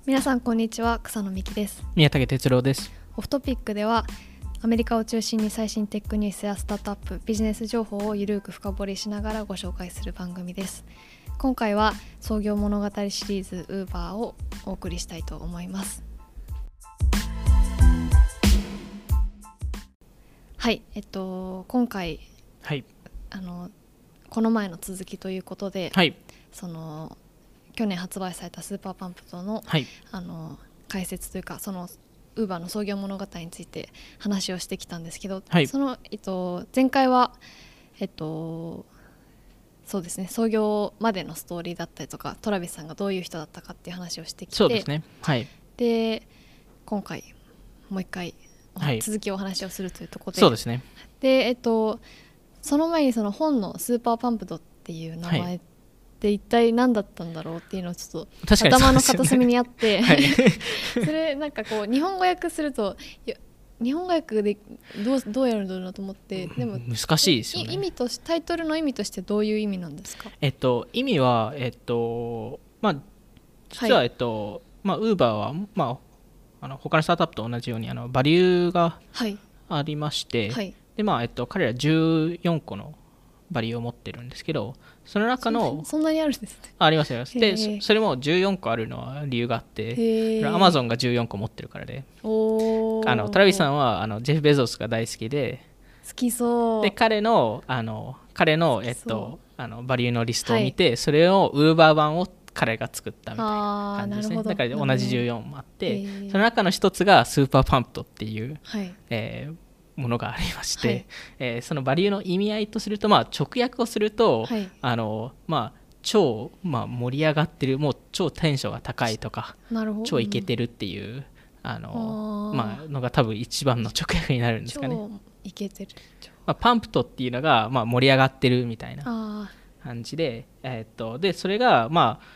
皆さんこんにちは、草野美希です。 宮武哲郎です。 オフトピックではアメリカを中心に最新テックニュースやスタートアップ、ビジネス情報をゆるく深掘りしながらご紹介する番組です。今回は創業物語シリーズ Uber をお送りしたいと思います。はい、今回、 はい、 この前の続きということで、 はい、 その去年発売されたスーパーパンプとの、 はい、 解説というか、そのウーバーの創業物語について話をしてきたんですけど、 はい、 その、前回は、そうですね、創業までのストーリーだったりとか、トラビスさんがどういう人だったかっていう話をしてきて、 そうですね、はい、 で今回もう一回、 はい、 続きお話をするというところで、 そうですね。 で、その前にその本のスーパーパンプドっていう名前って一体何だったんだろうっていうのをちょっと頭の片隅にあって、 はい、 それなんかこう日本語訳すると、日本語訳でどうやるんだろうなと思って、でも難しいですよね。 意味とタイトルの意味としてどういう意味なんですか？ 意味はまあ実は、 はい、 ウーバーは他のスタートアップと同じようにバリューがありまして、 はい、 で彼ら14個のバリューを持ってるんですけど、その中のそんなにあるんですね。 ありますよ。でそれも14個あるのは理由があって、アマゾンが14個持ってるからで、トラビスさんはジェフ・ベゾスが大好きで、 好きそうで彼のバリューのリストを見て、はい、それをウーバー版を彼が作ったみたいな感じですね。だから同じ14もあって、その中の一つがスーパーパンプトっていう、はい、ものがありまして、はい、そのバリューの意味合いとすると、直訳をすると、はい、超、盛り上がってる、もう超テンションが高いとか、超イケてるっていうのが多分一番の直訳になるんですかね。 超イケてる、 パンプトっていうのが、盛り上がってるみたいな感じで、でそれが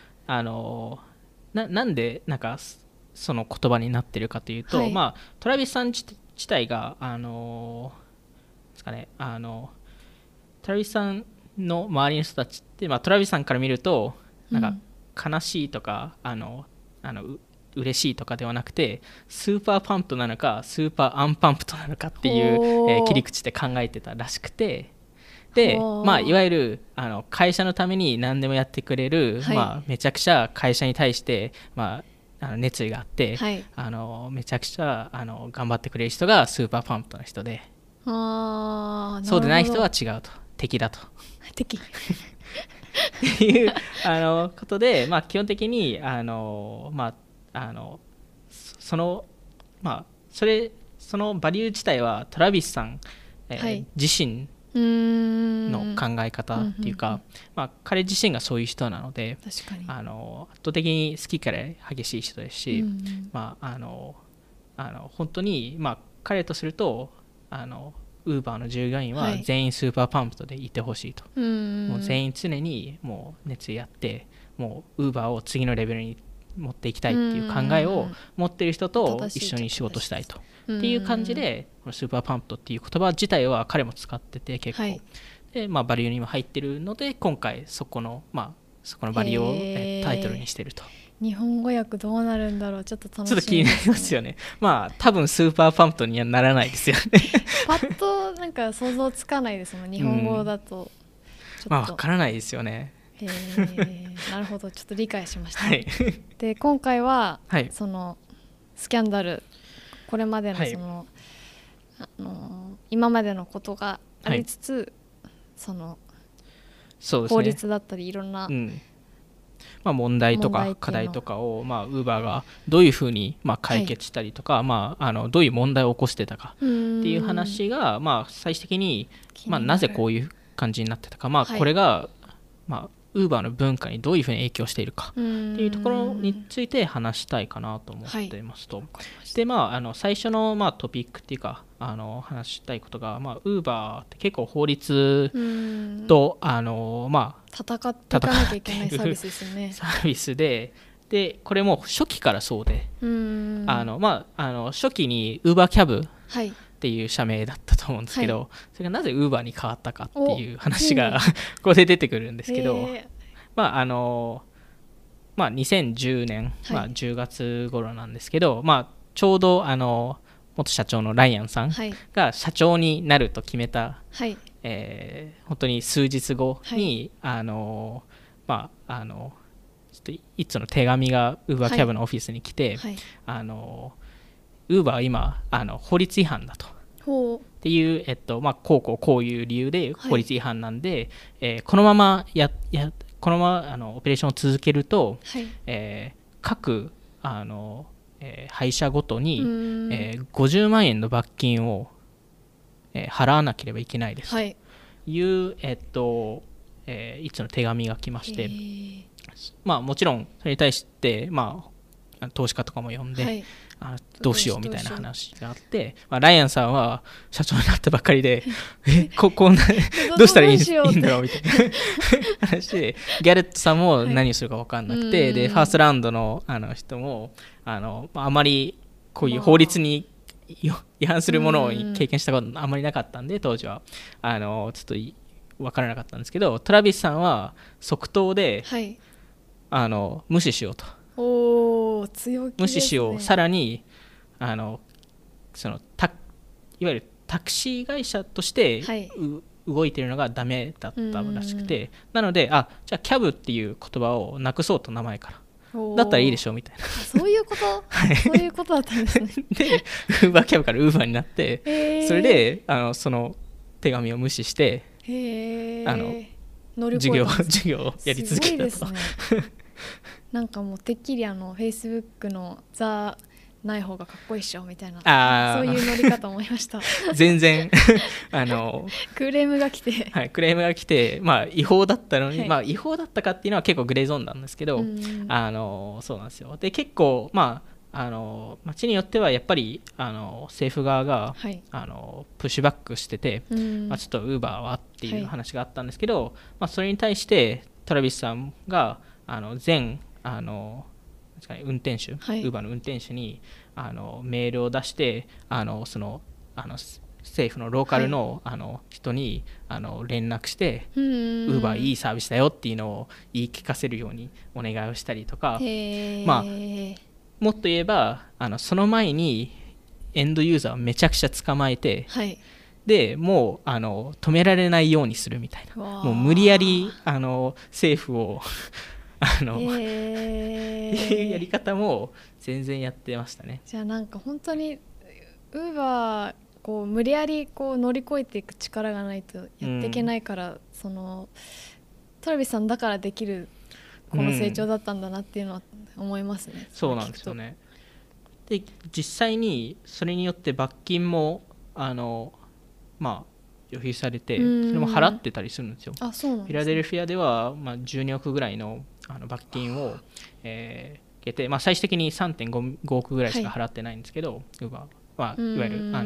なんでなんかその言葉になってるかというと、はい、トラビスさん自体がですかね、トラビスさんの周りの人たちって、トラビスさんから見るとなんか悲しいとか、嬉しいとかではなくて、スーパーパンプなのかスーパーアンパンプトなのかっていう、切り口で考えてたらしくて、で、いわゆる会社のために何でもやってくれる、はい、めちゃくちゃ会社に対して、熱意があって、はい、めちゃくちゃ頑張ってくれる人がスーパーパンプトの人で、そうでない人は違うと、敵だと敵っていうことで、基本的にそのバリュー自体はトラビスさん、はい、自身の考え方っていうか、彼自身がそういう人なので、圧倒的に好き嫌い激しい人ですし、本当に、彼とするとウーバーの従業員は全員スーパーパンプトでいてほしいと、もう全員常にもう熱意あって、もうウーバーを次のレベルに持っていきたいっていう考えを持っている人と一緒に仕事したいとっていう感じで、このスーパーパンプトっていう言葉自体は彼も使ってて結構、はい、でバリューにも入ってるので、今回そこのバリューをタイトルにしてると。 日本語訳どうなるんだろう、ちょっと楽しみですね。 ちょっと気になりますよね。多分スーパーパンプトにはならないですよねパッとなんか想像つかないですもん、日本語だと。 分からないですよね。 なるほど、ちょっと理解しました、 はい、 で今回は、 はい、 そのスキャンダル、これまでの今までのことがありつつ、そうですね、法律だったりいろんな、 問題とか課題とかを、ウーバーがどういうふうに解決したりとか、どういう問題を起こしてたかっていう話が、最終的に、なぜこういう感じになってたか、これが、ウーバーの文化にどういうふうに影響しているかっていうところについて話したいかなと思っていますと、で最初のトピックっていうか話したいことが、ウーバーって結構法律と戦っていかなきゃいけないサービスですよね。 サービスで、これも初期からそうで、初期にウーバーキャブっていう社名だったと思うんですけど、それがなぜウーバーに変わったかっていう話がここで出てくるんですけど、 まあ、2010年、 はいまあ、10月頃なんですけど、まあ、ちょうど元社長のライアンさんはいが社長になると決めた、 はい本当に数日後に、 はまあ、ちょっと一通の手紙がウーバーキャブのオフィスに来て、 はいウーバーは今法律違反だと。 ほうっていう、まあ、こういう理由で法律違反なんで、このままオペレーションを続けると、 はい各配車ごとに、 うーん 50万円の罰金を、払わなければいけないですはいという、いつの手紙が来ましへて、 ーまあ、もちろんそれに対して、まあ、投資家とかも呼んで、 はいどうしようみたいな話があって、まあ、ライアンさんは社長になったばっかりでこんなどうしたらいいんだろうみたいな話で、ギャレットさんも何をするか分かんなくて、 はいでファーストラウンドの人もあまりこういう法律に違反するものを経験したことあまりなかったんで、当時はちょっと分からなかったんですけど、トラビスさんは即答で、 はい無視しようと。 おー強気ですね。 無視しよう。さらにいわゆるタクシー会社としてはい動いているのがダメだったらしくて、なのでじゃあキャブっていう言葉をなくそうと、名前からだったらいいでしょみたいな。 そういうことそういうことだったんですね。 でウーバーキャブからウーバーになって、それでその手紙を無視して乗り越えたんです授業をやり続けたと。 すごいですね。なんかもうてっきりFacebook のザない方がかっこいいっしょみたいな、そういう乗り方思いました。 全然クレームが来て、 はい、クレームが来て、まあ、違法だったのに、 はいまあ、違法だったかっていうのは結構グレーゾーンなんですけど、そうなんですよ。で結構、まあ、町によってはやっぱり政府側が、 はい、 プッシュバックしてて、まあ、ちょっとウーバーはっていう話があったんですけど、まあ、それに対してトラビスさんが前運転手、 はい、 ウーバーの運転手にメールを出して政府のローカルの、人に連絡して、ウーバーいいサービスだよっていうのを言い聞かせるようにお願いをしたりとか、まあ、もっと言えばその前にエンドユーザーをめちゃくちゃ捕まえて、 はい、でもう止められないようにするみたいな、もう無理やり政府をいうやり方も全然やってましたね。 じゃあなんか本当にウーバーこう無理やりこう乗り越えていく力がないとやっていけないから、トラビスさんだからできるこの成長だったんだなっていうのは思いますね。 そうなんですよね。で実際にそれによって罰金もまあ予備されて、それも払ってたりするんですよ。 あ、そうなんですね。 フィラデルフィアでは、まあ、12億ぐらいの罰金を受けて、まあ、最終的に 3.5 億ぐらいしか払ってないんですけど、ウーバーはいわゆる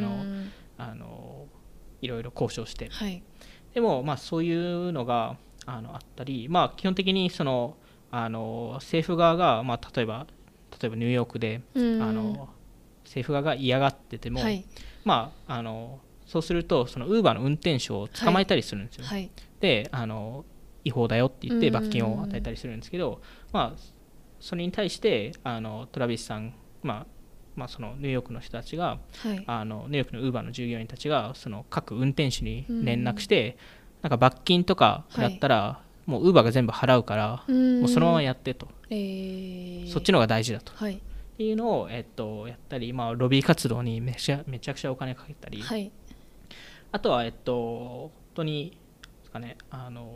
いろいろ交渉して、 はい、 でも、まあ、そういうのがあったり、まあ、基本的に政府側が、まあ、例えばニューヨークで政府側が嫌がってても、はい、まあそうするとそのウーバーの運転手を捕まえたりするんですよ。はい、で違法だよって言って罰金を与えたりするんですけど、まあ、それに対してトラビスさん、まあ、そのニューヨークの人たちが、はい、ニューヨークのウーバーの従業員たちがその各運転手に連絡して、なんか罰金とかだったら、はい、もうウーバーが全部払うから、もうそのままやってと、そっちの方が大事だと、はい、っていうのを、やったり、まあ、ロビー活動にめちゃくちゃお金かけたり、はい、あとは本当にですかね、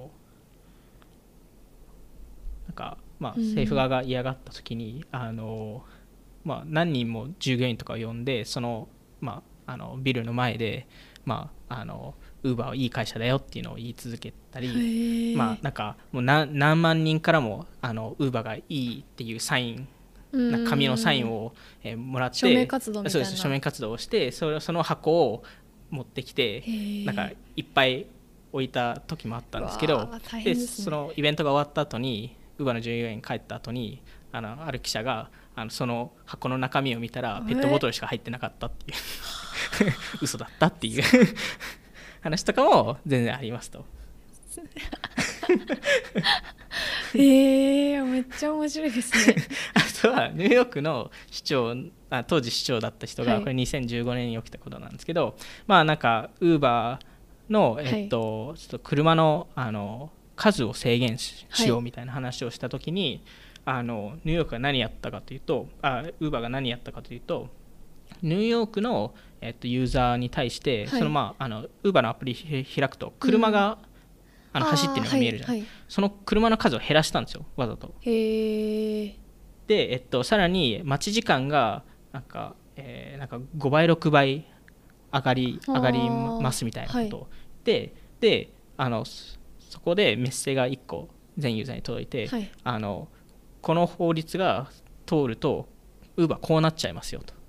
なんかまあ政府側が嫌がった時にまあ、何人も従業員とかを呼んでまあ、ビルの前で、まあ、ウーバーはいい会社だよっていうのを言い続けたり、まあ、なんかもう何万人からもウーバーがいいっていうサイン、なんか紙のサインをもらって署名活動みたいな、 そうです、署名活動をしてその箱を持ってきてなんかいっぱい置いた時もあったんですけど、でそのイベントが終わった後にウーバーの従業員帰った後にある記者がその箱の中身を見たらペットボトルしか入ってなかったっていう嘘だったっていう話とかも全然ありますと。 めっちゃ面白いですね。 あとはニューヨークの市長、当時市長だった人が、 はい、 これ2015年に起きたことなんですけど、まあなんかウーバーの、ちょっと車の、数を制限 しようみたいな話をしたときに、ニューヨークが何やったかというと、ウーバーが何やったかというと、ニューヨークの、ユーザーに対して、そのウーバーのアプリ開くと車が、走ってるのが見えるじゃん、その車の数を減らしたんですよ、わざと。で、さらに待ち時間がなんか5倍6倍上がりますみたいなことを、でそこでメッセが1個全ユーザーに届いて、この法律が通るとウーバーこうなっちゃいますよと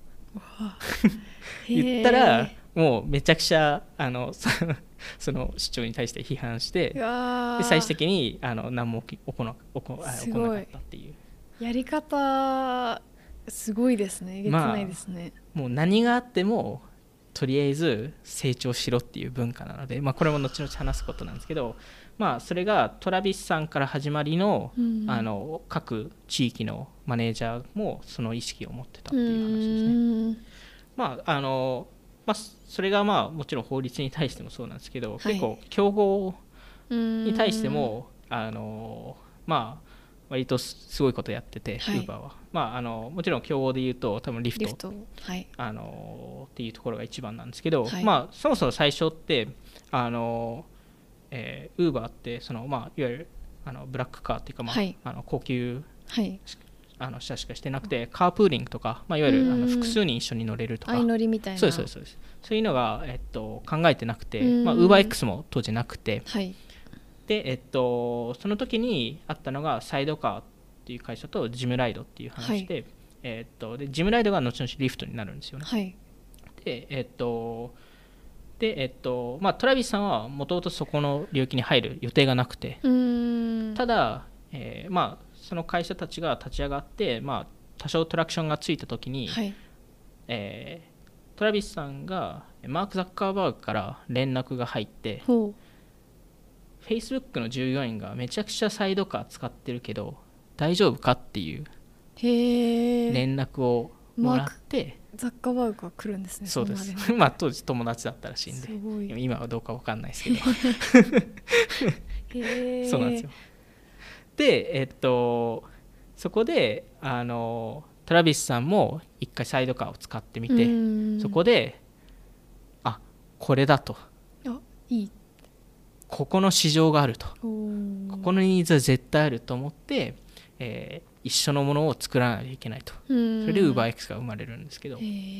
言ったら、もうめちゃくちゃその主張に対して批判して、で最終的に何も起こなかったっていう。 やり方すごいですね。えげつないですね。 もう何があってもとりあえず成長しろっていう文化なので、これも後々話すことなんですけど、それがトラビスさんから始まりの、各地域のマネージャーもその意識を持ってたっていう話ですね。それがもちろん法律に対してもそうなんですけど、結構競合に対しても割とすごいことやってて、Uber は、もちろん競合でいうと多分リフト、っていうところが一番なんですけど、そもそも最初ってUber っていわゆるブラックカーっていうか、高級車しかしてなくて、カープーリングとか、いわゆる複数人一緒に乗れるとか、 相乗りみたいな、 そういうのが、考えてなくて、UberX も当時なくて、で、その時にあったのがサイドカーっていう会社とジムライドっていう話で、でジムライドが後々リフトになるんですよね。で、トラビスさんはもともとそこの領域に入る予定がなくて、ただ、その会社たちが立ち上がって、多少トラクションがついた時に、トラビスさんがマーク・ザッカーバーグから連絡が入って、Facebook の従業員がめちゃくちゃサイドカー使ってるけど大丈夫かっていう連絡をもらって、 ザッカーバーグが来るんですね。 そうです。当時友達だったらしいんで、今はどうか分かんないですけどそうなんですよ。で、そこでトラビスさんも一回サイドカーを使ってみて、そこでこれだと、ここの市場があると、ここのニーズは絶対あると思って、一緒のものを作らないといけないと。それで UberX が生まれるんですけど、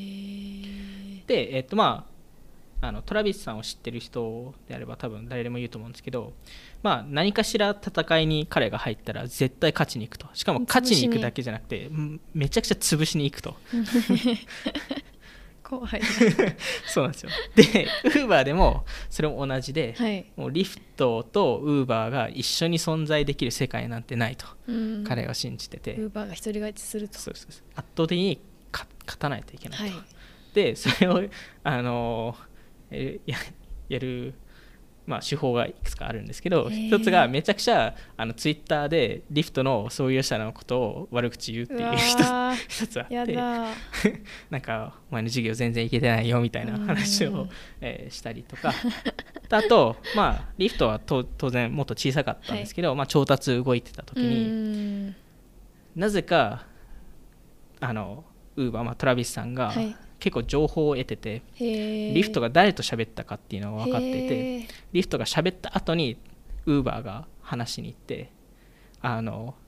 で、トラビスさんを知ってる人であれば多分誰でも言うと思うんですけど、何かしら戦いに彼が入ったら絶対勝ちに行くと。しかも勝ちに行くだけじゃなくてめちゃくちゃ潰しに行くと怖いそうなんですよ。で Uber でもそれも同じで、もうリフトと Uber が一緒に存在できる世界なんてないと、彼は信じてて、 Uber が独り勝ちすると。 そうです。圧倒的に勝たないといけないと、でそれをやる、手法がいくつかあるんですけど、一つがめちゃくちゃツイッターでリフトの創業者のことを悪口言うっていう一つあって、なんかお前の授業全然いけてないよみたいな話を、したりとかあと、リフトは当然もっと小さかったんですけど、調達動いてた時になぜかUber、トラビスさんが、結構情報を得てて、リフトが誰と喋ったかっていうのが分かっていて、リフトが喋った後にウーバーが話しに行って、こ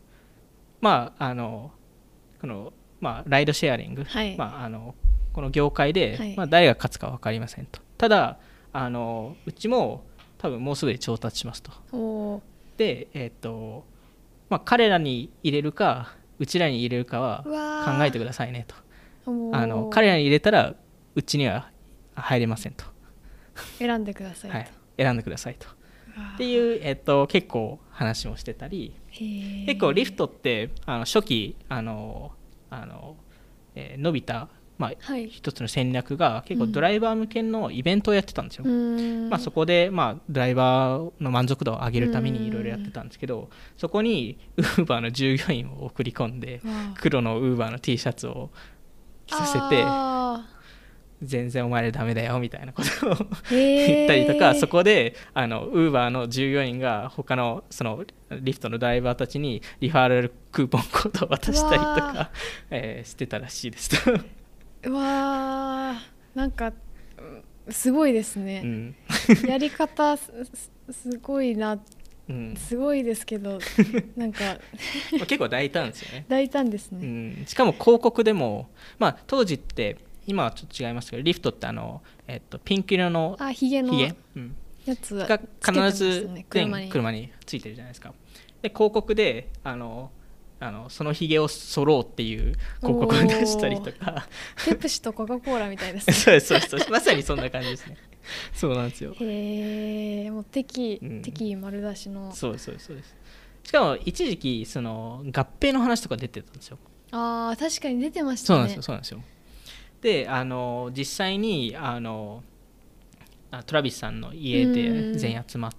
のライドシェアリング、この業界で、誰が勝つか分かりませんと。ただうちも多分もうすぐで調達しますと。で、彼らに入れるかうちらに入れるかは考えてくださいねと。彼らに入れたらうちには入れませんと。 選んでくださいと、 選んでくださいとっていう、結構話もしてたり、結構リフトって初期伸びた、 まあはい、 一つの戦略が結構ドライバー向けのイベントをやってたんですよ、まあ、そこでまあドライバーの満足度を上げるためにいろいろやってたんですけど、そこに Uber の従業員を送り込んで黒の Uber の T シャツを着させて全然お前らダメだよみたいなことを言ったりとか、そこでUber の従業員が他のそのリフトのドライバーたちにリファーラルクーポンコードを渡したりとか、してたらしいですうわー、なんかすごいですね、やり方すごいな、すごいですけどなんか結構大胆ですよね。 大胆ですね、 しかも広告でも、まあ、当時って今はちょっと違いますけど、リフトってピンク色のヒゲのやつが必ず車についてるじゃないですか。で広告でそのヒゲを剃ろうっていう広告を出したりとかペプシとコカ・コーラみたいですねそうですまさにそんな感じですねそうなんですよ。 へえ、もう敵意丸出しの。 そうです。しかも一時期その合併の話とか出てたんですよ。 ああ、確かに出てましたね。 そうなんですよ。で実際にトラビスさんの家で全員集まって、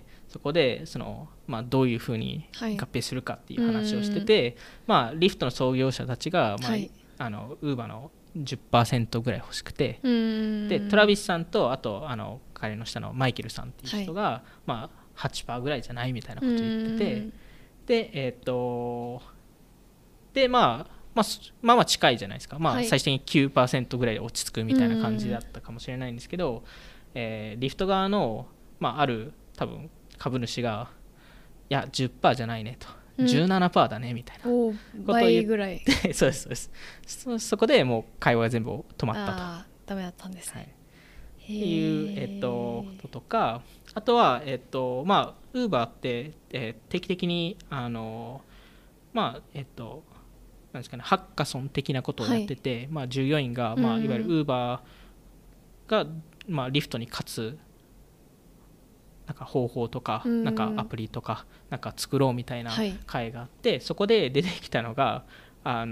そこでまあ、どういうふうに合併するかっていう話をしてて、まあ、リフトの創業者たちが、まあUber の 10% ぐらい欲しくて、でトラビスさんとあと彼の下のマイケルさんっていう人が、まあ、8% ぐらいじゃないみたいなことを言ってて、でまあ近いじゃないですか、まあ、最終的に 9% ぐらいで落ち着くみたいな感じだったかもしれないんですけど、リフト側の、まあ、ある多分株主がいや 10% じゃないねと、17% だねみたいなことを言ってそうですそこでもう会話が全部止まったと。 ダメだったんですね、 っていう、こととか、あとはまあ Uber って、定期的にまあなんですかね、ハッカソン的なことをやってて、まあ、従業員が、まあ、いわゆる Uber が、まあ、リフトに勝つなんか方法とか、なんかアプリとかなんか作ろうみたいな会があって、そこで出てきたのがま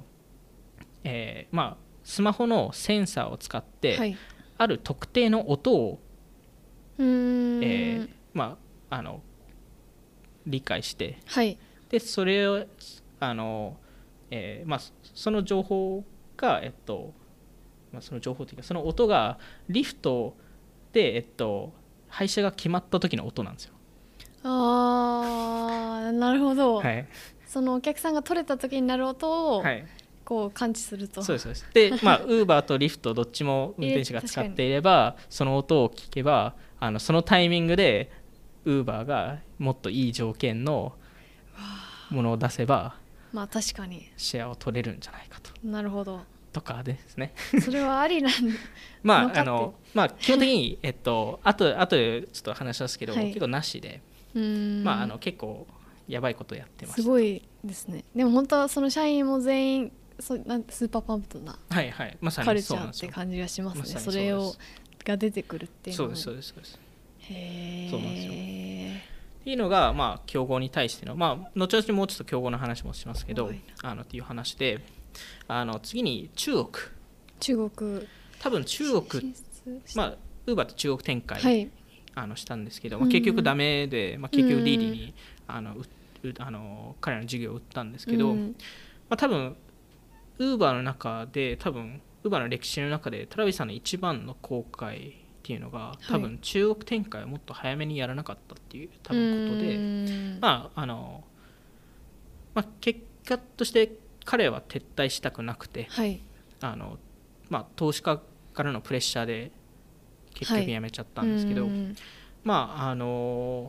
あ、スマホのセンサーを使って、ある特定の音を、まあ、理解して、でそれをまあ、その情報が、まあ、その情報というかその音がリフトで、配車が決まった時の音なんですよ。 ああ、なるほど、そのお客さんが取れた時になる音を、こう感知すると。 そうですで、まあ、Uber と Lyft どっちも運転手が使っていれば、その音を聞けばそのタイミングで Uber がもっといい条件のものを出せば、 まあ確かにシェアを取れるんじゃないかと。 なるほど。 とかですねそれはありなんまあ基本的にあとでちょっと話しますけど、結構なしで、まあ結構やばいことやってました。 すごいですね。でも本当はその社員も全員スーパーパンプとなまさにカルチャーって感じがしますね。それが出てくるっていうのは。 そうですへえ。 そうなんですよ。っていうのが、まあ、競合に対しての、まあ、後々もうちょっと競合の話もしますけど、っていう話で、次に中国多分中国、まあ、Uber って中国展開、したんですけど、まあ、結局ダメで、まあ、結局ディーリに彼らの事業を売ったんですけど、まあ、多分 Uber の中でUber の歴史の中でトラビスさんの一番の後悔っていうのが、多分中国展開をもっと早めにやらなかったっていう多分ことで、まあ結果として彼は撤退したくなくて、まあ、投資家からのプレッシャーで結局やめちゃったんですけど、まあ本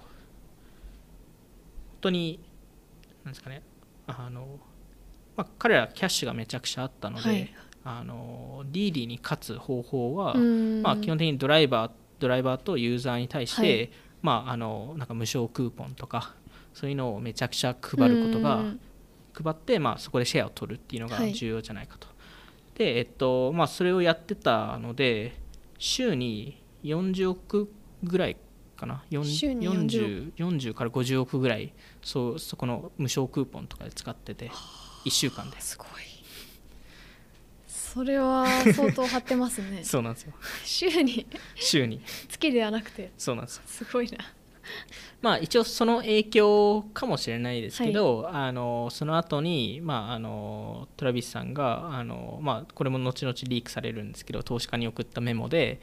当になんですかね、まあ、彼らキャッシュがめちゃくちゃあったので、ディーリーに勝つ方法は、まあ、基本的にドライバーとユーザーに対して、まあ、なんか無償クーポンとかそういうのをめちゃくちゃ配ることが配って、まあ、そこでシェアを取るっていうのが重要じゃないかと。でまあ、それをやってたので週に40億ぐらいかな、40から50億ぐらいそこの無償クーポンとかで使ってて1週間で。 すごいそれは相当張ってますねそうなんですよ。 週に月ではなくて。 そうなんですよ。 すごいな。 まあ一応その影響かもしれないですけど、その後に、トラビスさんがこれも後々リークされるんですけど、投資家に送ったメモで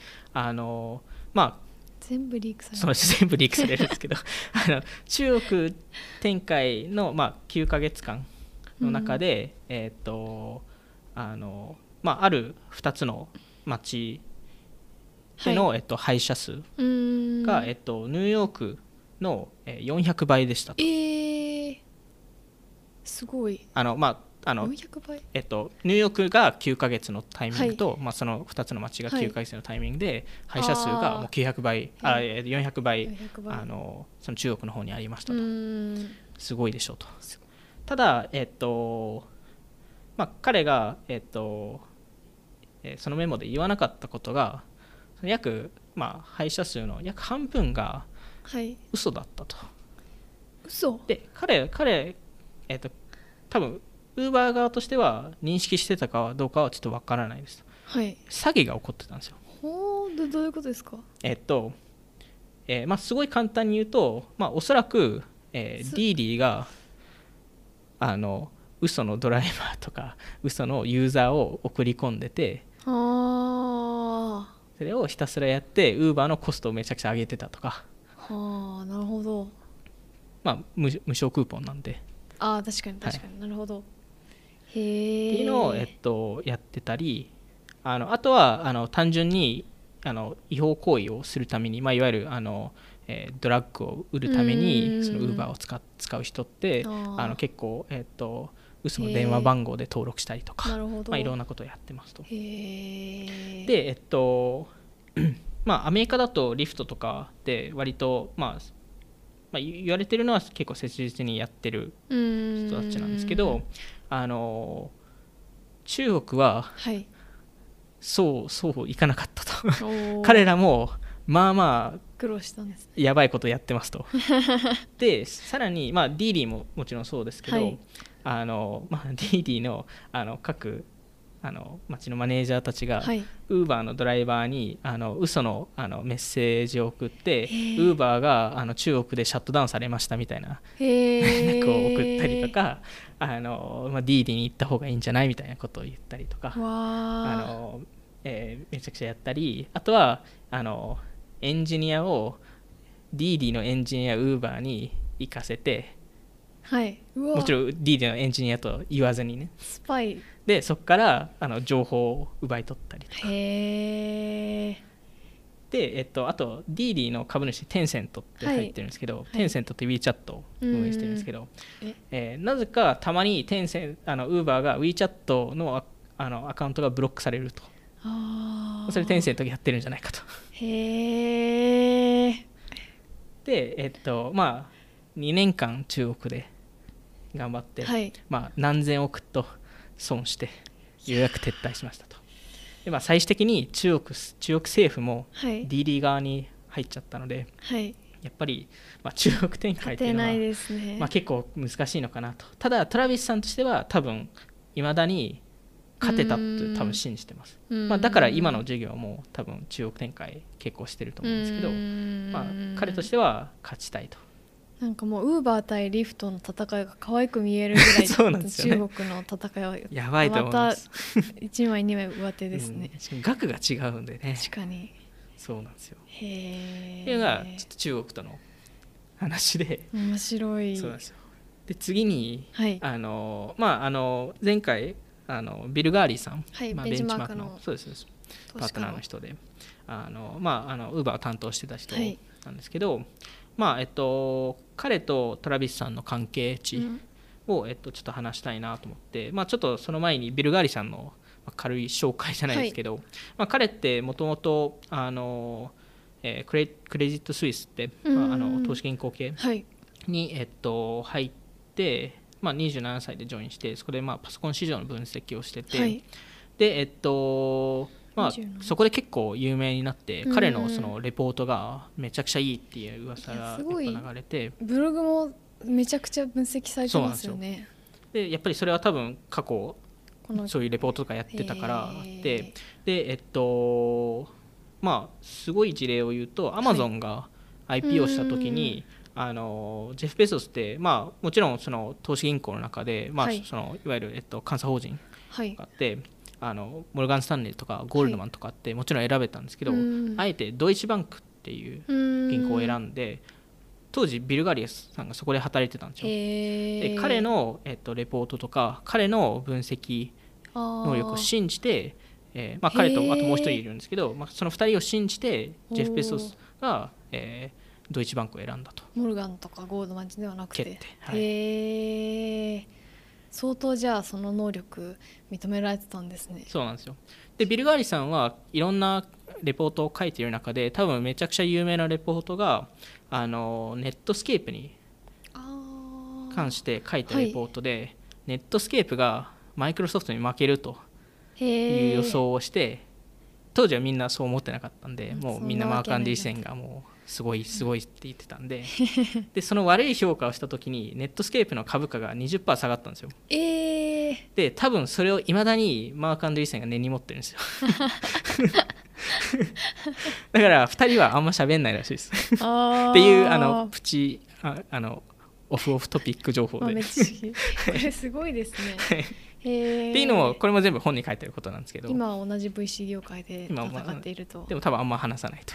全部リークされる。 そうです、全部リークされるんですけど中国展開の、9ヶ月間の中で、ある2つの町での、配車数が、ニューヨークの400倍でしたと。 すごい。400倍、 ニューヨークが9ヶ月のタイミングと、その2つの町が9ヶ月のタイミングで、配車数がもう900倍、400倍、その中国の方にありましたと。すごいでしょうと。ただ、彼が、そのメモで言わなかったことが、配車数の約半分が嘘だったと。 嘘で彼、多分ウーバー側としては認識してたかどうかはちょっとわからないです。詐欺が起こってたんですよ。 どういうことですか？ すごい簡単に言うと、おそらく、ディーディが嘘のドライバーとか嘘のユーザーを送り込んでて、それをひたすらやってウーバーのコストをめちゃくちゃ上げてたとか。 なるほど。 無償クーポンなんで。 確かに、なるほど。 っていうのを、やってたり、あとは単純に違法行為をするために、いわゆるドラッグを売るためにそのウーバーを使う人って結構、嘘の電話番号で登録したりとか、いろんなことをやってますと。で、アメリカだとリフトとかで割と、言われてるのは結構切実にやってる人たちなんですけど、中国は、そういかなかったと彼らも苦労したんです、ね、 やばいことやってますとでさらに、ディーディももちろんそうですけど、ディーディの各町のマネージャーたちが、ウーバーのドライバーに嘘のメッセージを送って、ウーバーが中国でシャットダウンされましたみたいな連絡を送ったりとか、ディーディに行った方がいいんじゃないみたいなことを言ったりとか、めちゃくちゃやったり、あとはエンジニアをディーディのエンジニアウーバーに行かせて、もちろんディーディのエンジニアと言わずにね、 スパイでそこから情報を奪い取ったりとか。で、あとディーディの株主テンセントって入ってるんですけど、テンセントって WeChat を運営してるんですけど、なぜかたまにウーバーが WeChat のアカウントがブロックされると。それテンセントがやってるんじゃないかと。で、2年間中国で頑張って、何千億と損してようやく撤退しましたと。で、最終的に中国政府も DD 側に入っちゃったので、やっぱり、中国展開っていうのは、結構難しいのかなと。ただトラビスさんとしては多分いまだに勝てたって多分信じてます。だから今の授業も多分中国展開結構してると思うんですけど、彼としては勝ちたいと。 なんかもうウーバー対リフトの戦いが可愛く見えるぐらいそうなんですよね、 中国の戦いはやばいと思います。 また1枚2枚上手ですね。 しかも額が違うんでね。 確かにそうなんですよ。っていうのがちょっと中国との話で面白い。 そうなんですよ。で次に、前回ビル・ガーリーさん、 ベンチマークのそうですパートナーの人でウーバーを担当してた人なんですけど、彼とトラビスさんの関係値を、ちょっと話したいなと思って、ちょっとその前にビル・ガーリーさんの軽い紹介じゃないですけど、彼ってもともとクレジットスイスって、投資銀行系に、入って、27歳でジョインして、そこでパソコン市場の分析をしてて、でそこで結構有名になって、彼のそのレポートがめちゃくちゃいいっていう噂が流れて、 ブログもめちゃくちゃ分析されてますよね。 でやっぱりそれは多分過去そういうレポートとかやってたからあって、でまあすごい事例を言うと、アマゾンが IPO した時に、ジェフ・ベゾスって、まあ、もちろんその投資銀行の中で、まあ、そのいわゆる、監査法人があって、モルガン・スタンレーとかゴールドマンとかって、もちろん選べたんですけど、あえてドイツバンクっていう銀行を選んで、当時ビル・ガリアスさんがそこで働いてたんですよ。で彼の、レポートとか彼の分析能力を信じて、まあ、彼とあともう一人いるんですけど、まあ、その2人を信じてジェフ・ベゾスが、ドイツバンクを選んだと。 モルガンとかゴールドマンではなくて、 はい、 相当じゃあその能力認められてたんですね。 そうなんですよ。でビル・ガーリさんはいろんなレポートを書いている中で、多分めちゃくちゃ有名なレポートがネットスケープに関して書いたレポートで、ネットスケープがマイクロソフトに負けるという予想をして、当時はみんなそう思ってなかったんで、もうみんなマーク・アンディーセンがもうすごいすごいって言ってたんででその悪い評価をした時にネットスケープの株価が 20% 下がったんですよ。で多分それをいまだにマーク・アンディーセンが根に持ってるんですよだから2人はあんま喋んないらしいですっていうプチオフトピック情報でこれすごいですねっていうのもこれも全部本に書いてることなんですけど、 今同じ VC 業界で戦っていると、 でも多分あんま話さないと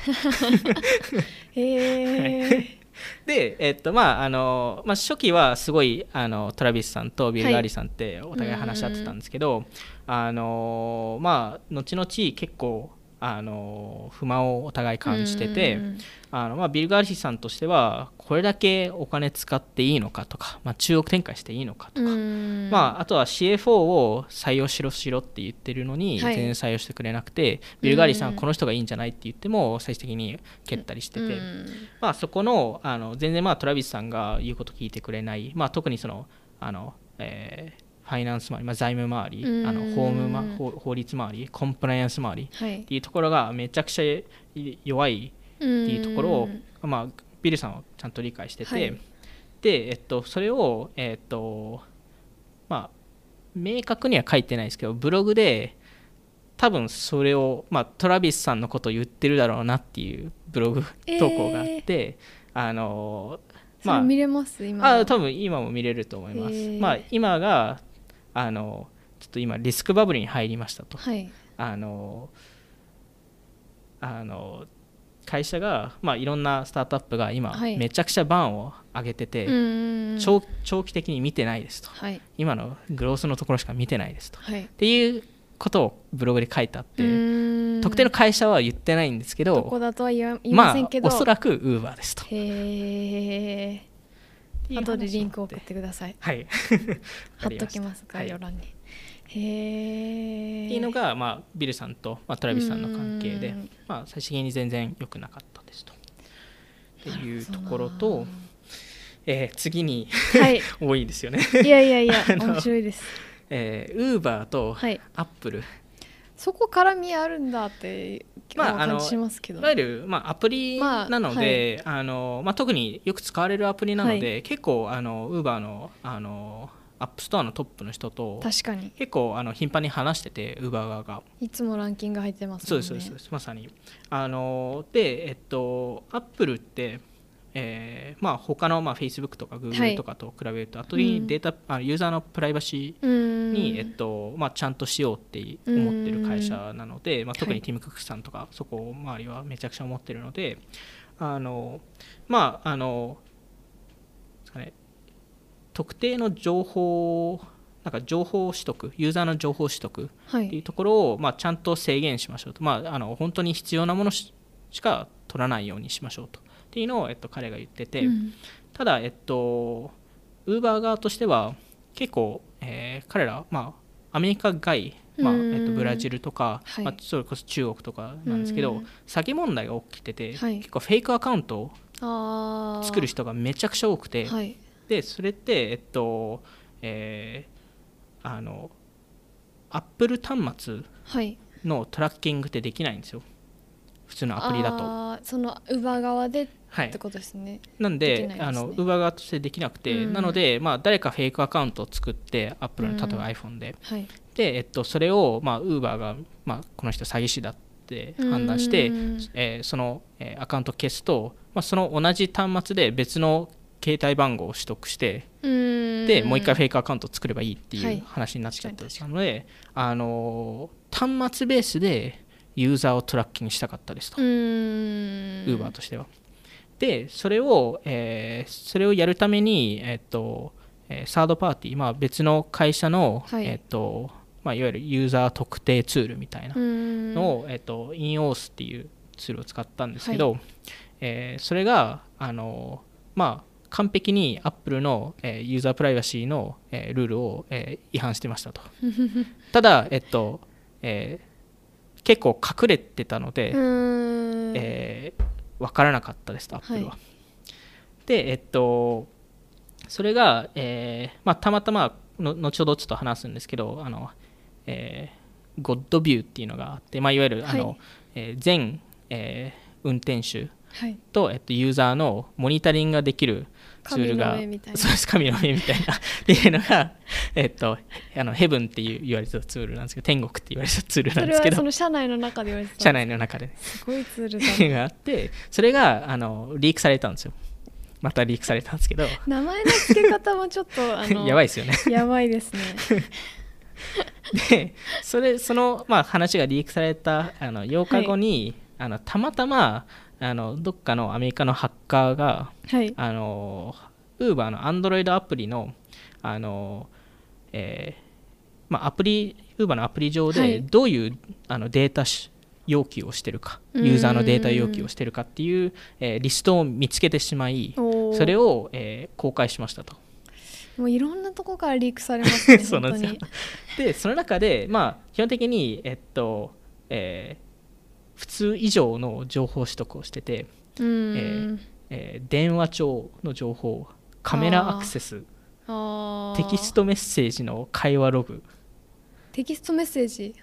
へで、まあ初期はすごいトラビスさんとビル・ガーリーさんってお互い話し合ってたんですけど、まあ後々結構不満をお互い感じてて、ビル・ガーリーさんとしてはこれだけお金使っていいのかとか、中国展開していいのかとか、あとは CFO を採用しろって言ってるのに全然採用してくれなくて、ビル・ガーリーさんはこの人がいいんじゃないって言っても最終的に蹴ったりしてて、そこの全然トラビスさんが言うこと聞いてくれない、特にそのファイナンス周り、財務周り、法律周り、コンプライアンス周りっていうところがめちゃくちゃ弱いっていうところを、ビルさんはちゃんと理解してて、で、それを、明確には書いてないですけど、ブログで多分それを、トラビスさんのことを言ってるだろうなっていうブログ投稿があって、 それ見れます今？ 多分今も見れると思います。今がちょっと今リスクバブルに入りましたと、会社が、いろんなスタートアップが今、めちゃくちゃバーンを上げてて、長期的に見てないですと、今のグロースのところしか見てないですと、っていうことをブログで書いてあって、特定の会社は言ってないんですけど、 どこだとは言いませんけど、 おそらくウーバーですと。 後でリンクを送ってください。 はい貼っときます概要欄に。 っていうのが、ビルさんと、トラビスさんの関係で、最終的に全然良くなかったですと。っていうところと、次に、多いですよねいや面白いです。 ウーバーとアップル、 そこ絡みあるんだって感じしますけど、 いわゆる、アプリなので、特によく使われるアプリなので、結構ウーバーのアップストアのトップの人と確かに結構頻繁に話してて、ウーバー側がいつもランキング入ってますもんね。 そうですまさに。でアップルって他のFacebook とか Google とかと比べると、後にデータ、ユーザーのプライバシーに、ちゃんとしようって思ってる会社なので、特にティム・クックさんとかそこ周りはめちゃくちゃ思ってるので、特定の情報情報取得、ユーザーの情報取得っていうところを、ちゃんと制限しましょうと、本当に必要なものしか取らないようにしましょうとっていうのを、彼が言ってて、ただ、ウーバー側としては結構、彼ら、アメリカ外、ブラジルとか、それこそ中国とかなんですけど、詐欺問題が起きてて、結構フェイクアカウントを作る人がめちゃくちゃ多くて、でそれってアップル端末のトラッキングってできないんですよ。 普通のアプリだと。 その Uber 側でってことですね。 なんでUber 側としてできなくて、なので、誰かフェイクアカウントを作って Apple の例えば iPhone で、で、それをUber が、この人詐欺師だって判断して、その、アカウントを消すと、その同じ端末で別の携帯番号を取得して、でもう一回フェイクアカウントを作ればいいっていう話になっちゃったので、端末ベースでユーザーをトラッキングしたかったですと、Uber としては。でそれをやるために、サードパーティー、別の会社の、いわゆるユーザー特定ツールみたいなのを、InOS っていうツールを使ったんですけど、それが完璧に Apple の、ユーザープライバシーの、ルールを、違反してましたと。ただ、結構隠れてたので、分からなかったですと Apple は。で、それが、たまたま後ほどちょっと話すんですけど、GodView っていうのがあって、いわゆる全、運転手と、ユーザーのモニタリングができるツールが、神の目みたいなっていうのが、ヘブンって言われてたツールなんですけど、天国って言われてたツールなんですけど、 それはその社内の中で言われてた、 社内の中で、 すごいツールだねがあって、それがリークされたんですよ。またリークされたんですけど、 名前の付け方もちょっとやばいですよね。やばいですね。 でその、話がリークされた8日後に、たまたまどっかのアメリカのハッカーが、Uber の Android アプリのUber のアプリ上でどういうデータ要求をしてるか、ユーザーのデータ要求をしてるかっていう、リストを見つけてしまい、それを、公開しましたと。 もういろんなとこからリークされますね。 そうなんですよ。でその中で、基本的に、普通以上の情報取得をしてて、電話帳の情報、カメラアクセス、テキストメッセージの会話ログ、 テキストメッセージ、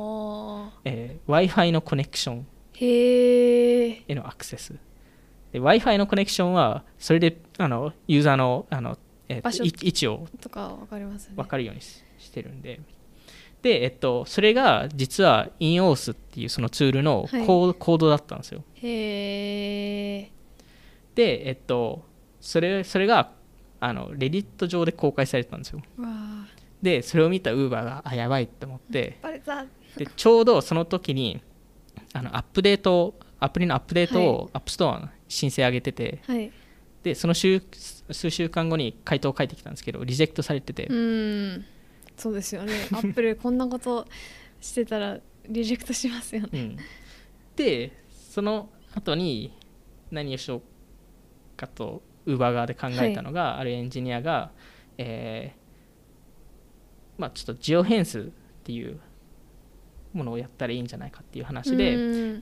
Wi-Fi のコネクションへのアクセスで、 Wi-Fi のコネクションはそれでユーザーの位置をとか分かりますね。 分かるようにしてるんで、それが実は InOS っていうそのツールのコードだったんですよ。へー。で、それがレディット上で公開されてたんですよ。でそれを見た Uber がやばいって思って、 バレた。 でちょうどその時にアプリのアップデートを App Store の申請上げてて、でその数週間後に回答を書いてきたんですけど、リジェクトされてて、 そうですよね。アップルこんなことしてたらリジェクトしますよね。 でその後に何をしようかと Uber 側で考えたのが、あるエンジニアが、ちょっとジオ変数っていうものをやったらいいんじゃないかっていう話で、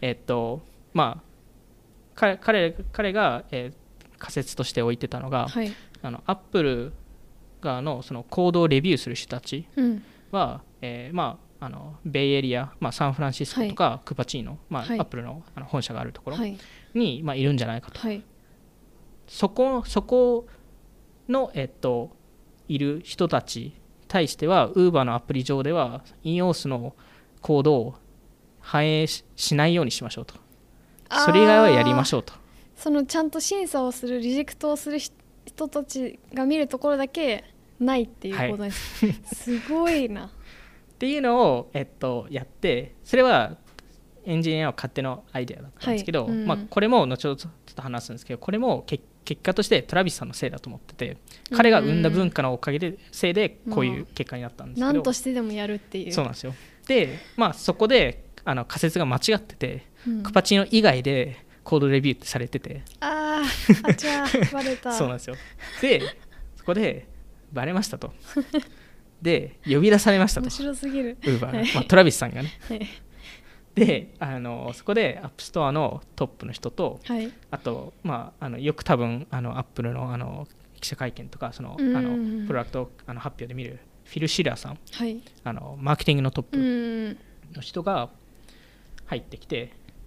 彼が、仮説として置いてたのが、アップル側のそのコードをレビューする人たちは、ベイエリア、サンフランシスコとかクパチーノ、アップルの本社があるところに、いるんじゃないかと。そこの、いる人たちに対しては Uber のアプリ上では InOS のコードを反映しないようにしましょうと。それ以外はやりましょうと。 そのちゃんと審査をするリジェクトをする人たちが見るところだけないっていうことです、すごいなっていうのを、やって、それはエンジニアの勝手のアイデアだったんですけど、これも後ほどちょっと話すんですけど、これも結果としてトラビスさんのせいだと思ってて、彼が生んだ文化のおかげでせいでこういう結果になったんですけど、 何としてでもやるっていう。 そうなんですよ。で、そこで仮説が間違ってて、クパチーノ以外でコードレビューってされてて、 じゃあバレた。 そうなんですよ。でそこでバレましたと。で呼び出されましたと。 面白すぎる。 ウーバーが、トラビスさんがね。でそこでアップストアのトップの人と、あと、よく多分アップルの記者会見とかプロダクト発表で見るフィル・シラーさん、マーケティングのトップの人が入ってきて、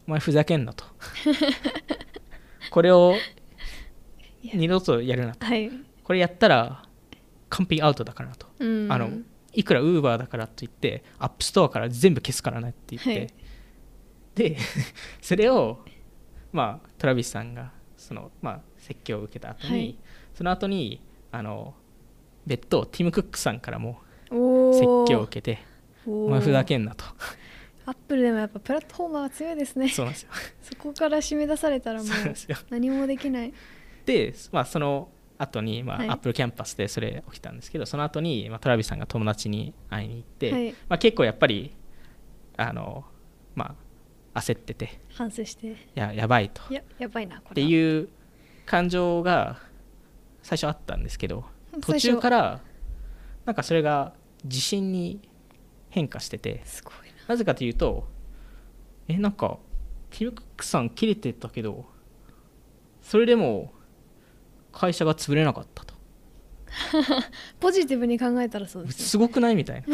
お前ふざけんなとこれを二度とやるなと、 はい、 これやったら完璧アウトだからなと、いくら Uber だからといってアップストアから全部消すからねって言って、はい、でそれをまあトラビスさんがその、まあ、説教を受けた後に、はい、その後に別途ティム・クックさんからも説教を受けてお前ふざけんなと。 アップルでもやっぱプラットフォーマーは強いですね。 そうなんですよそこから締め出されたらもう何もできない。 で、まあ、その後に、まあはい、 アップルキャンパスでそれ起きたんですけど、その後に、まあ、トラビスさんが友達に会いに行って、はい、まあ、結構やっぱりまあ、焦ってて反省してやばいとやばいなこれっていう感情が最初あったんですけど、途中からなんかそれが自信に変化してて、 すごいなぜかというとなんかティム・クックさん切れてたけどそれでも会社が潰れなかったとポジティブに考えたらそうです、ね、 すごくないみたいな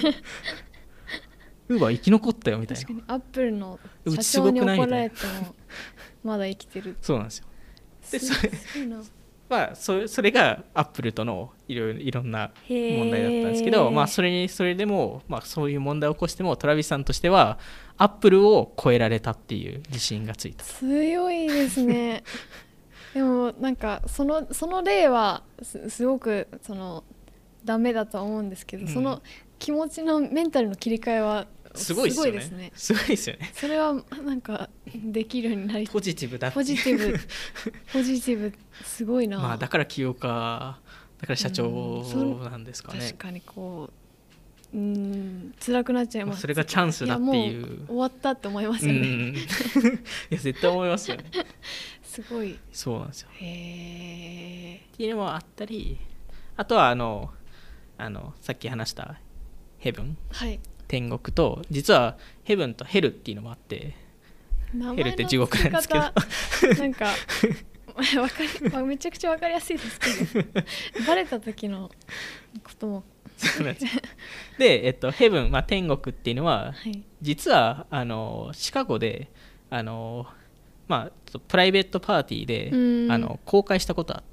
ウーバー生き残ったよみたいな。 確かにアップルの社長に怒られてもまだ生きてるそうなんですよ。でまあ、それがアップルとのいろんな問題だったんですけど、まあ、それでも、まあ、そういう問題を起こしてもトラビスさんとしてはアップルを超えられたっていう自信がついた。 強いですねでもなんかその例はすごくダメだとは思うんですけど、その気持ちのメンタルの切り替えはすごいですね。 すごいですよね。 それはなんかできるようになりポジティブだってポジティブすごいな。 まあだから起業家だから社長なんですかね。 確かにこう辛くなっちゃいます。 それがチャンスだっていう。 もう終わったって思いますよね。 いや絶対思いますよね。 すごい。 そうなんですよ。 っていうのもあったり、あとはさっき話したヘブン、 はい、 天国と実はヘブンとヘルっていうのもあって、ヘルって地獄なんですけどなんかめちゃくちゃ分かりやすいですけどバレた時のこともそうなんですで、ヘブン、まあ、天国っていうのは、はい、実はシカゴでまあ、プライベートパーティーで公開したことあって、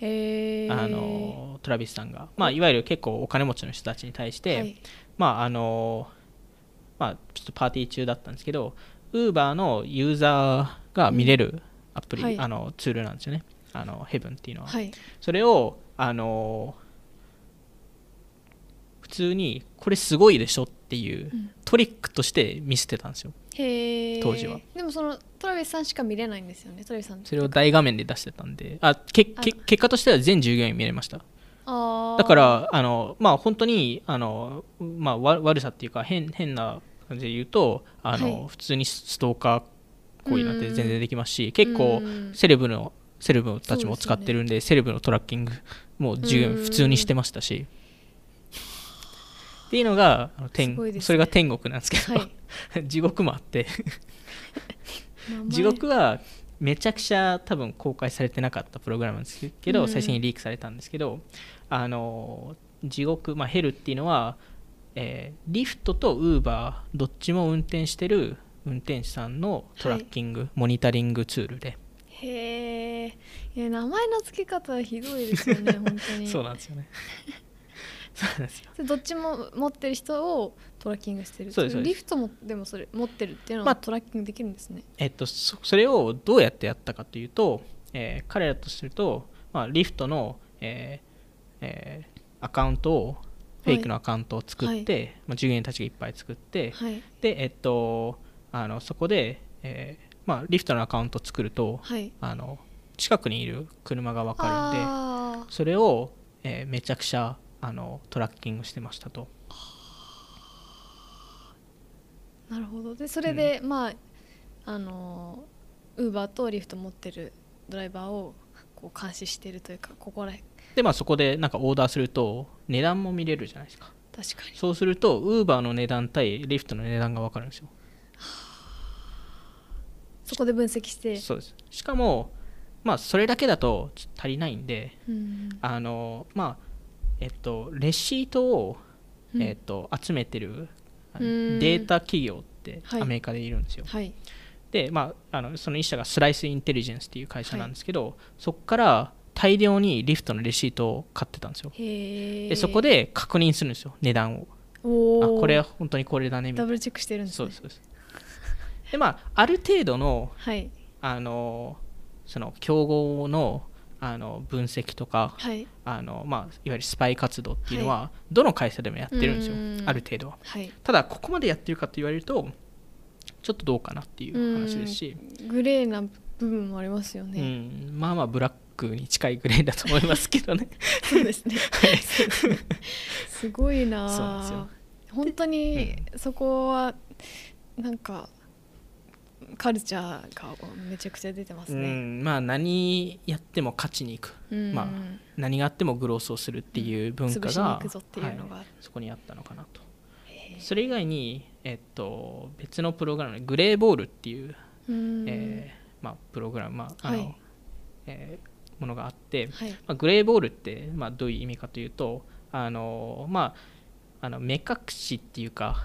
トラビスさんが、まあ、いわゆる結構お金持ちの人たちに対して、はい、まあまあ、ちょっとパーティー中だったんですけど、Uber のユーザーが見れるアプリ、はい、ツールなんですよね、ヘブンっていうのは、はい、それを普通にこれすごいでしょっていうトリックとして見せてたんですよ、当時は。でもトラビスさんしか見れないんですよね。トラビスさんそれを大画面で出してたんで、結果としては全従業員見れました。だからまあ、本当にまあ、悪さっていうか変な感じで言うとはい、普通にストーカー行為なんて全然できますし、結構セレブたちも使ってるんで、セレブのトラッキングも従業員普通にしてましたしっていうのがそれが天国なんですけど、はい、地獄もあって地獄はめちゃくちゃ多分公開されてなかったプログラムなんですけど、最初にリークされたんですけど、地獄、まあ、ヘルっていうのは、リフトとウーバーどっちも運転してる運転手さんのトラッキング、はい、モニタリングツールで。 へえ、名前の付け方はひどいですよね本当にそうなんですよねそうなんですよ。 どっちも持ってる人をトラッキングしてる。 そうです。 リフトもでもそれ持ってるっていうのはトラッキングできるんですね。 それをどうやってやったかというと、彼らとすると、まあ、リフトの、アカウントをフェイクのアカウントを作って、はい、まあ、従業員たちがいっぱい作って、はい、でそこで、まあ、リフトのアカウントを作ると、はい、近くにいる車が分かるんで、それを、めちゃくちゃトラッキングしてましたと。 なるほど。でそれで、まあウーバーとリフト持ってるドライバーをこう監視してるというか、ここら辺で、まあ、そこでなんかオーダーすると値段も見れるじゃないですか。 確かに。 そうするとウーバーの値段対リフトの値段が分かるんですよ。 そこで分析して。 そうです。しかも、まあ、それだけだと足りないんで、まあレシートを、集めてるデータ企業ってアメリカでいるんですよ、はい、 で、その1社がスライスインテリジェンスっていう会社なんですけど、そこから大量にリフトのレシートを買ってたんですよ。でそこで確認するんですよ、値段を。これは本当にこれだねみたいな。 ダブルチェックしてるんですね。 そうです。である程度の、 はい、 その競合の分析とか、 はい、 いわゆるスパイ活動っていうのは、どの会社でもやってるんですよ、ある程度は。ただここまでやってるかと言われるとちょっとどうかなっていう話ですし、 グレーな部分もありますよね。 ブラックに近いグレーだと思いますけどね。 そうですね。すごいな。そうなんですよ。本当にそこはなんかカルチャーがめちゃくちゃ出てますね。 何やっても勝ちにいく、何があってもグロースをするっていう文化が、そこにあったのかなと。それ以外に、別のプログラムでグレーボールっていう、プログラム、ものがあって、グレーボールって、どういう意味かというと、目隠しっていうか、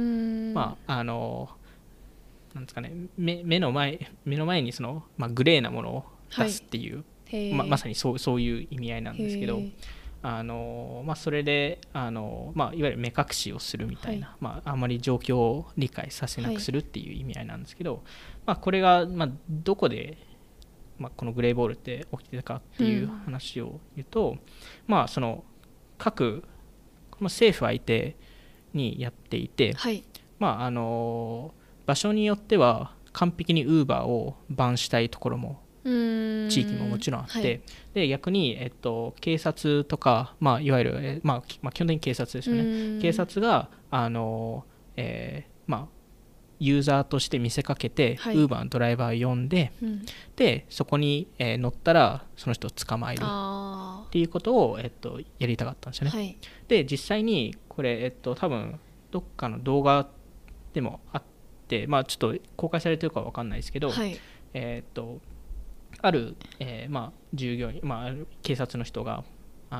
なんですかね、目の前にその、グレーなものを出すっていう、まさにそういう意味合いなんですけど、それでいわゆる目隠しをするみたいな、あまり状況を理解させなくするっていう意味合いなんですけど、これが、どこで、このグレーボールって起きてたかっていう話を言うと、その各政府相手にやっていて、場所によっては完璧に Uber をバンしたいところも地域ももちろんあって、で逆に、警察とか、いわゆる、基本的に警察ですよね。警察がユーザーとして見せかけて、Uber のドライバーを呼んで、でそこに、乗ったらその人を捕まえるっていうことを、やりたかったんですよね。で実際にこれ、多分どっかの動画でもあって、ちょっと公開されてるかは分かんないですけど、ある、従業員、警察の人が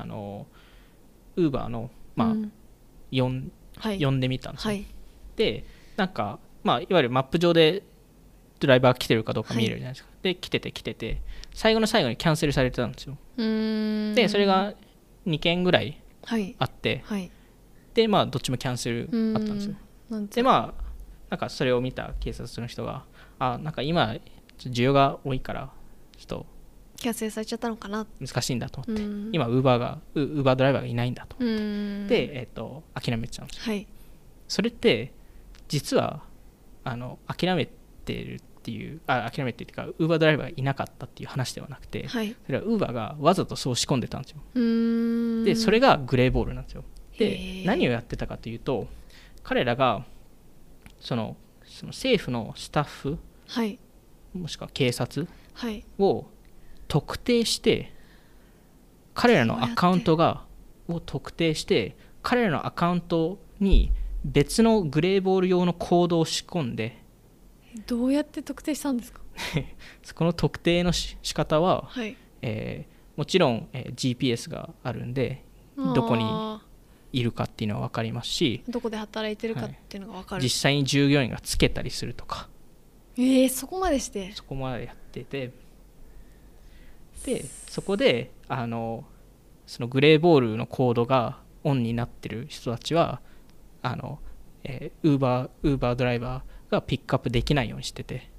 Uber の、呼んでみたんですよ。でなんか、いわゆるマップ上でドライバー来てるかどうか見えるじゃないですか。で来てて最後の最後にキャンセルされてたんですよ。でそれが2件ぐらいあって、でどっちもキャンセルあったんですよ。でなんかそれを見た警察の人が、なんか今需要が多いからちょっとキャンセルされちゃったのかな、 難しいんだと思って、今ウーバードライバーがいないんだと思って、諦めちゃうんですよ。それって実は諦めてるっていうか、ウーバードライバーがいなかったっていう話ではなくて、それはウーバーがわざとそう仕込んでたんですよ。でそれがグレーボールなんですよ。で何をやってたかというと、彼らがその政府のスタッフ、もしくは警察を特定して、彼らのアカウントを特定して、彼らのアカウントに別のグレーボール用のコードを仕込んで。 どうやって特定したんですか？ そこの特定の仕方は、もちろん、GPS があるんでどこにいるかっていうのは分かりますし、 どこで働いてるかっていうのが分かる、 実際に従業員がつけたりするとか、 そこまでやってて、でそこでそのグレーボールのコードがオンになってる人たちはウーバードライバーがピックアップできないようにしてて、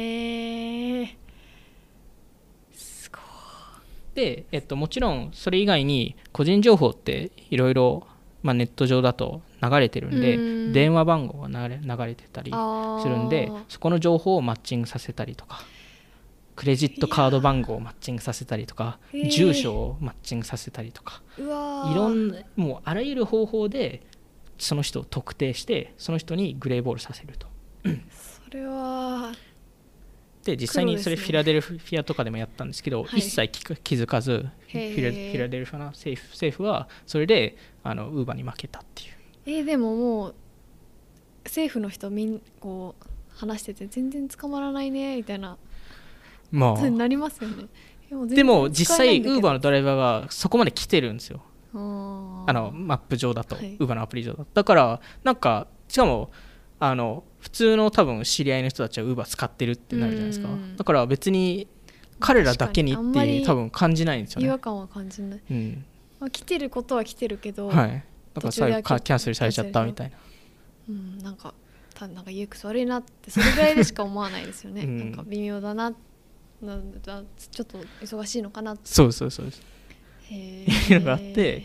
すごい。で、もちろんそれ以外に個人情報っていろいろネット上だと流れてるんで、電話番号が流れてたりするんで、そこの情報をマッチングさせたりとか、クレジットカード番号をマッチングさせたりとか、住所をマッチングさせたりとか、いろんなもうあらゆる方法でその人を特定して、その人にグレーボールさせると。 それはで実際にそれフィラデルフィアとかでもやったんですけど、一切気づかずフィラデルフィアの政府はそれでウーバーに負けたっていう。 でももう政府の人こう話してて全然捕まらないねみたいな、なりますよね。 でも実際ウーバーのドライバーがそこまで来てるんですよ。マップ上だと、ウーバーのアプリ上だと。だからなんかしかも普通の多分知り合いの人たちは Uber 使ってるってなるじゃないですか。だから別に彼らだけにっていう多分感じないんですよね。 違和感は感じない、来てることは来てるけど、 はい、だから最後キャンセルされちゃったみたいな、 なんかUX 悪いなってそれぐらいでしか思わないですよね、なんか微妙だな、ちょっと忙しいのかなって。 そうですっていうのがあって、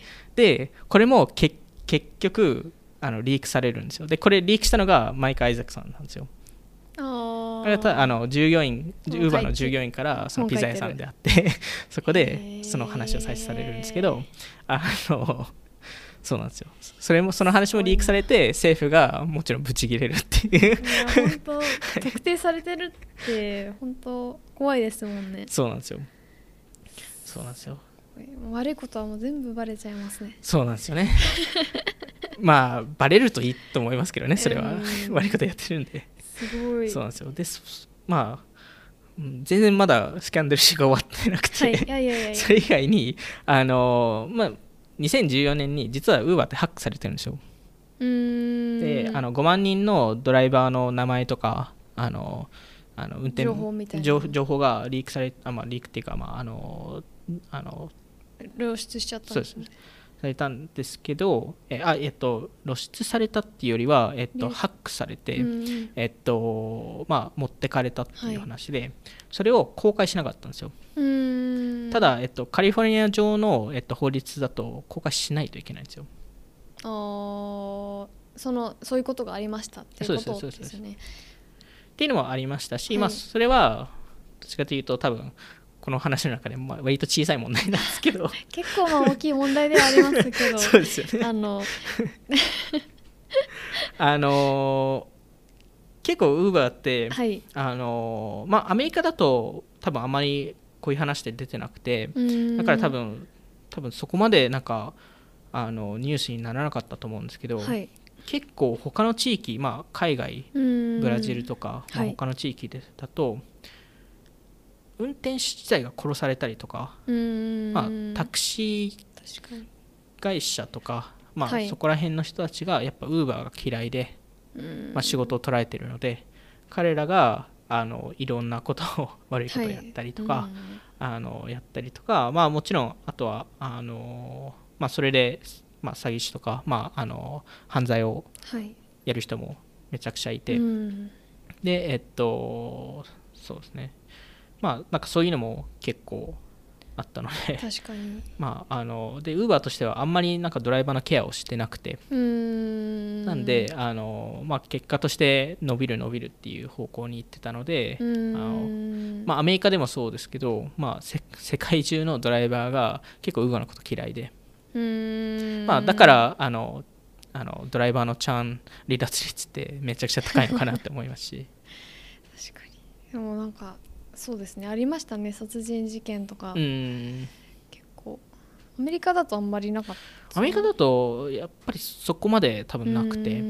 でこれも結局リークされるんですよ。でこれリークしたのがマイク・アイザックさんなんですよ。あれは従業員、Uber の従業員からそのピザ屋さんであってそこでその話を再生されるんですけど、そうなんですよ。その話もリークされて政府がもちろんブチギレるっていう本当特定されてるって本当怖いですもんね。 そうなんですよ。 悪いことはもう全部バレちゃいますね。 そうなんですよねまあバレるといいと思いますけどね、それは悪いことやってるんで。 すごい。 そうなんですよ。でまあ全然まだスキャンダル誌が終わってなくて、それ以外に2014年に実は Uber ってハックされてるんですよ。で5万人のドライバーの名前とか運転情報がリークされリークっていうか露出しちゃったんですね。 されたんですけど、露出されたっていうよりは、ハックされて、持ってかれたっていう話で、それを公開しなかったんですよ。ただ、カリフォルニア上の、法律だと公開しないといけないんですよ。 そういうことがありましたっていうことですよね。 っていうのもありましたし、それはどっちかというと多分この話の中でも割と小さい問題なんですけど結構大きい問題ではありますけどそうですよね。結構 Uber って、アメリカだと多分あまりこういう話って出てなくて、だから多分そこまでなんかニュースにならなかったと思うんですけど、結構他の地域、海外ブラジルとか、他の地域だと運転手自体が殺されたりとか、タクシー会社とか、そこら辺の人たちがやっぱ Uber が嫌いで、仕事を捉えてるので、彼らがいろんなことを悪いことをやったりとか、もちろんあとはそれで、詐欺師とか、犯罪をやる人もめちゃくちゃいて、でそうですね、なんかそういうのも結構あったので、 確かにで Uber としてはあんまりなんかドライバーのケアをしてなくて、なんで結果として伸びるっていう方向に行ってたので、アメリカでもそうですけど、世界中のドライバーが結構 Uber のこと嫌いで、だからドライバーの離脱率ってめちゃくちゃ高いのかなって思いますし確かに。でもなんかそうですね、ありましたね、殺人事件とか。結構アメリカだとあんまりなかった。 アメリカだとやっぱりそこまで多分なくて、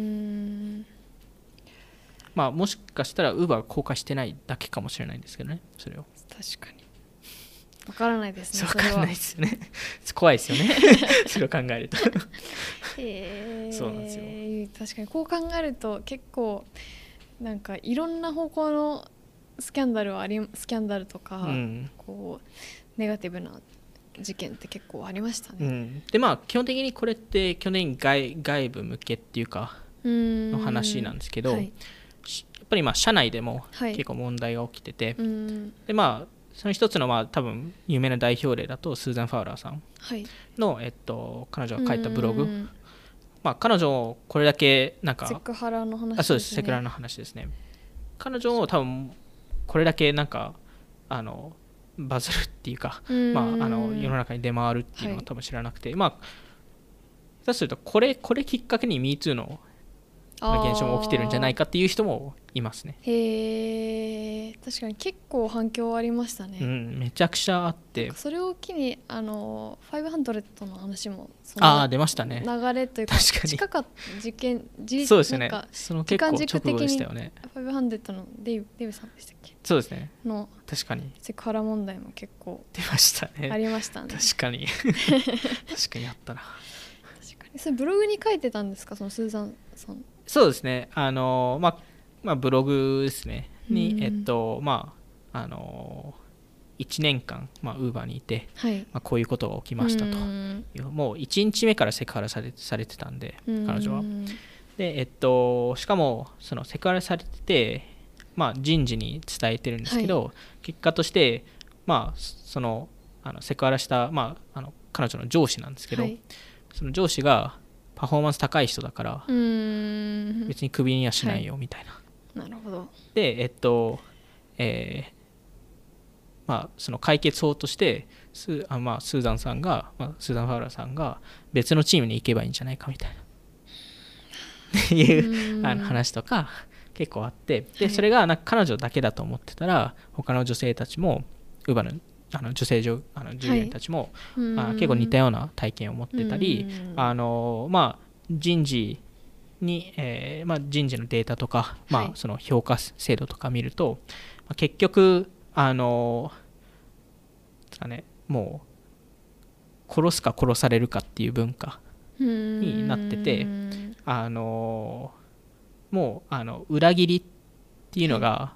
もしかしたら Uber が公開してないだけかもしれないんですけどね、それを。 確かにわからないですね。 わからないですよね怖いですよねそれを考えるとそうなんですよ。 確かにこう考えると結構なんかいろんな方向のスキャンダルとか、こうネガティブな事件って結構ありましたね。 で基本的にこれって基本的に外部向けっていうかの話なんですけど、やっぱり社内でも結構問題が起きてて、でその一つの多分有名な代表例だとスーザン・ファウラーさんの、彼女が書いたブログ、彼女これだけなんかセクハラの話ですね。 そうです、セクハラの話ですね。彼女も多分これだけなんかバズるっていうか、世の中に出回るっていうのは多分知らなくて、そうするとこれきっかけに MeToo の現象も起きてるんじゃないかっていう人もいますね。 へー、確かに結構反響ありましたね。 めちゃくちゃあって、 それを機に500の話も出ましたね。 流れというか近かった事件、 そうですよね、その結構直後でしたよね。 500のデイブさんでしたっけ。 そうですね、 の確かにセクハラ問題も結構出ましたね。 ありましたね。 確かに確かにあったな。 確かにそれブログに書いてたんですか、そのスーザンさん。 そうですね、ブログですねに、1年間、ウーバーにいて、 はい、 こういうことが起きましたと、もう1日目からセクハラされてたんで、彼女は。で、しかもそのセクハラされてて、人事に伝えてるんですけど、結果として、そのセクハラした、彼女の上司なんですけど、その上司がパフォーマンス高い人だから別にクビにはしないよみたいな。 なるほど。 で、その解決法としてスーザンファウラーさんが別のチームに行けばいいんじゃないかみたいなっていう話とか結構あって、でそれがなんか彼女だけだと思ってたら、他の女性たちもウーバーの女性従業員たちも、結構似たような体験を持ってたり、人事に、人事のデータとか、その評価制度とか見ると、結局もう殺すか殺されるかっていう文化になってて、もう裏切りっていうのが、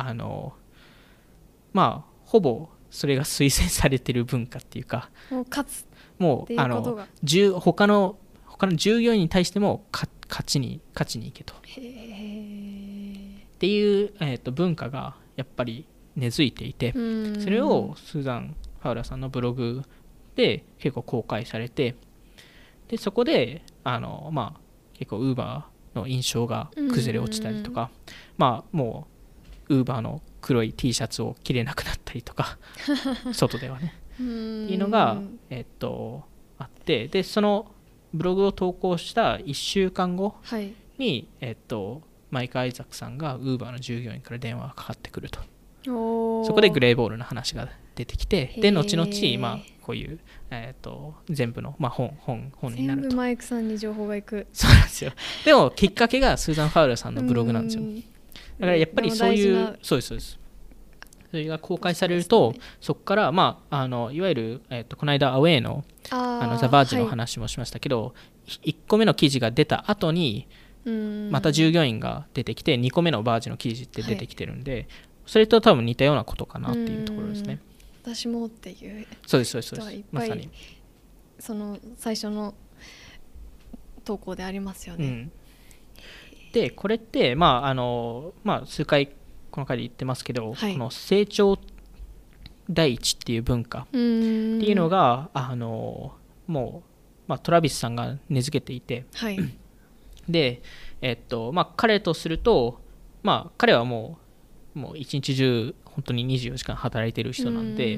ほぼそれが推薦されてる文化っていうか、 もう勝つもう他の従業員に対しても勝ちに行けとっていう、文化がやっぱり根付いていて、それをスーザン・ファウラーさんのブログで結構公開されて、でそこで結構ウーバーの印象が崩れ落ちたりとか、もうウーバーの黒い T シャツを着れなくなったりとか外ではねっていうのが、あって、でそのブログを投稿した1週間後に、マイク・アイザックさんがウーバーの従業員から電話がかかってくると。そこでグレーボールの話が出てきて、で後々、こういう、全部の、本になると。 全部マイクさんに情報がいく。 そうなんですよ。でもきっかけがスーザン・ファウラーさんのブログなんですよ。だからやっぱりそういうそうですそれが公開されると、そこから、いわゆる、この間アウェイのザ・バージの話もしましたけど、1個目の記事が出た後にまた従業員が出てきて2個目のバージの記事って出てきてるんで、それと多分似たようなことかなっていうところですね。 私もっていうそうですまさにその最初の投稿でありますよね。 でこれって数回この回で言ってますけど、この成長第一っていう文化っていうのがもう、トラビスさんが根付けていて、で、彼とすると、彼はもう一日中本当に24時間働いてる人なんで、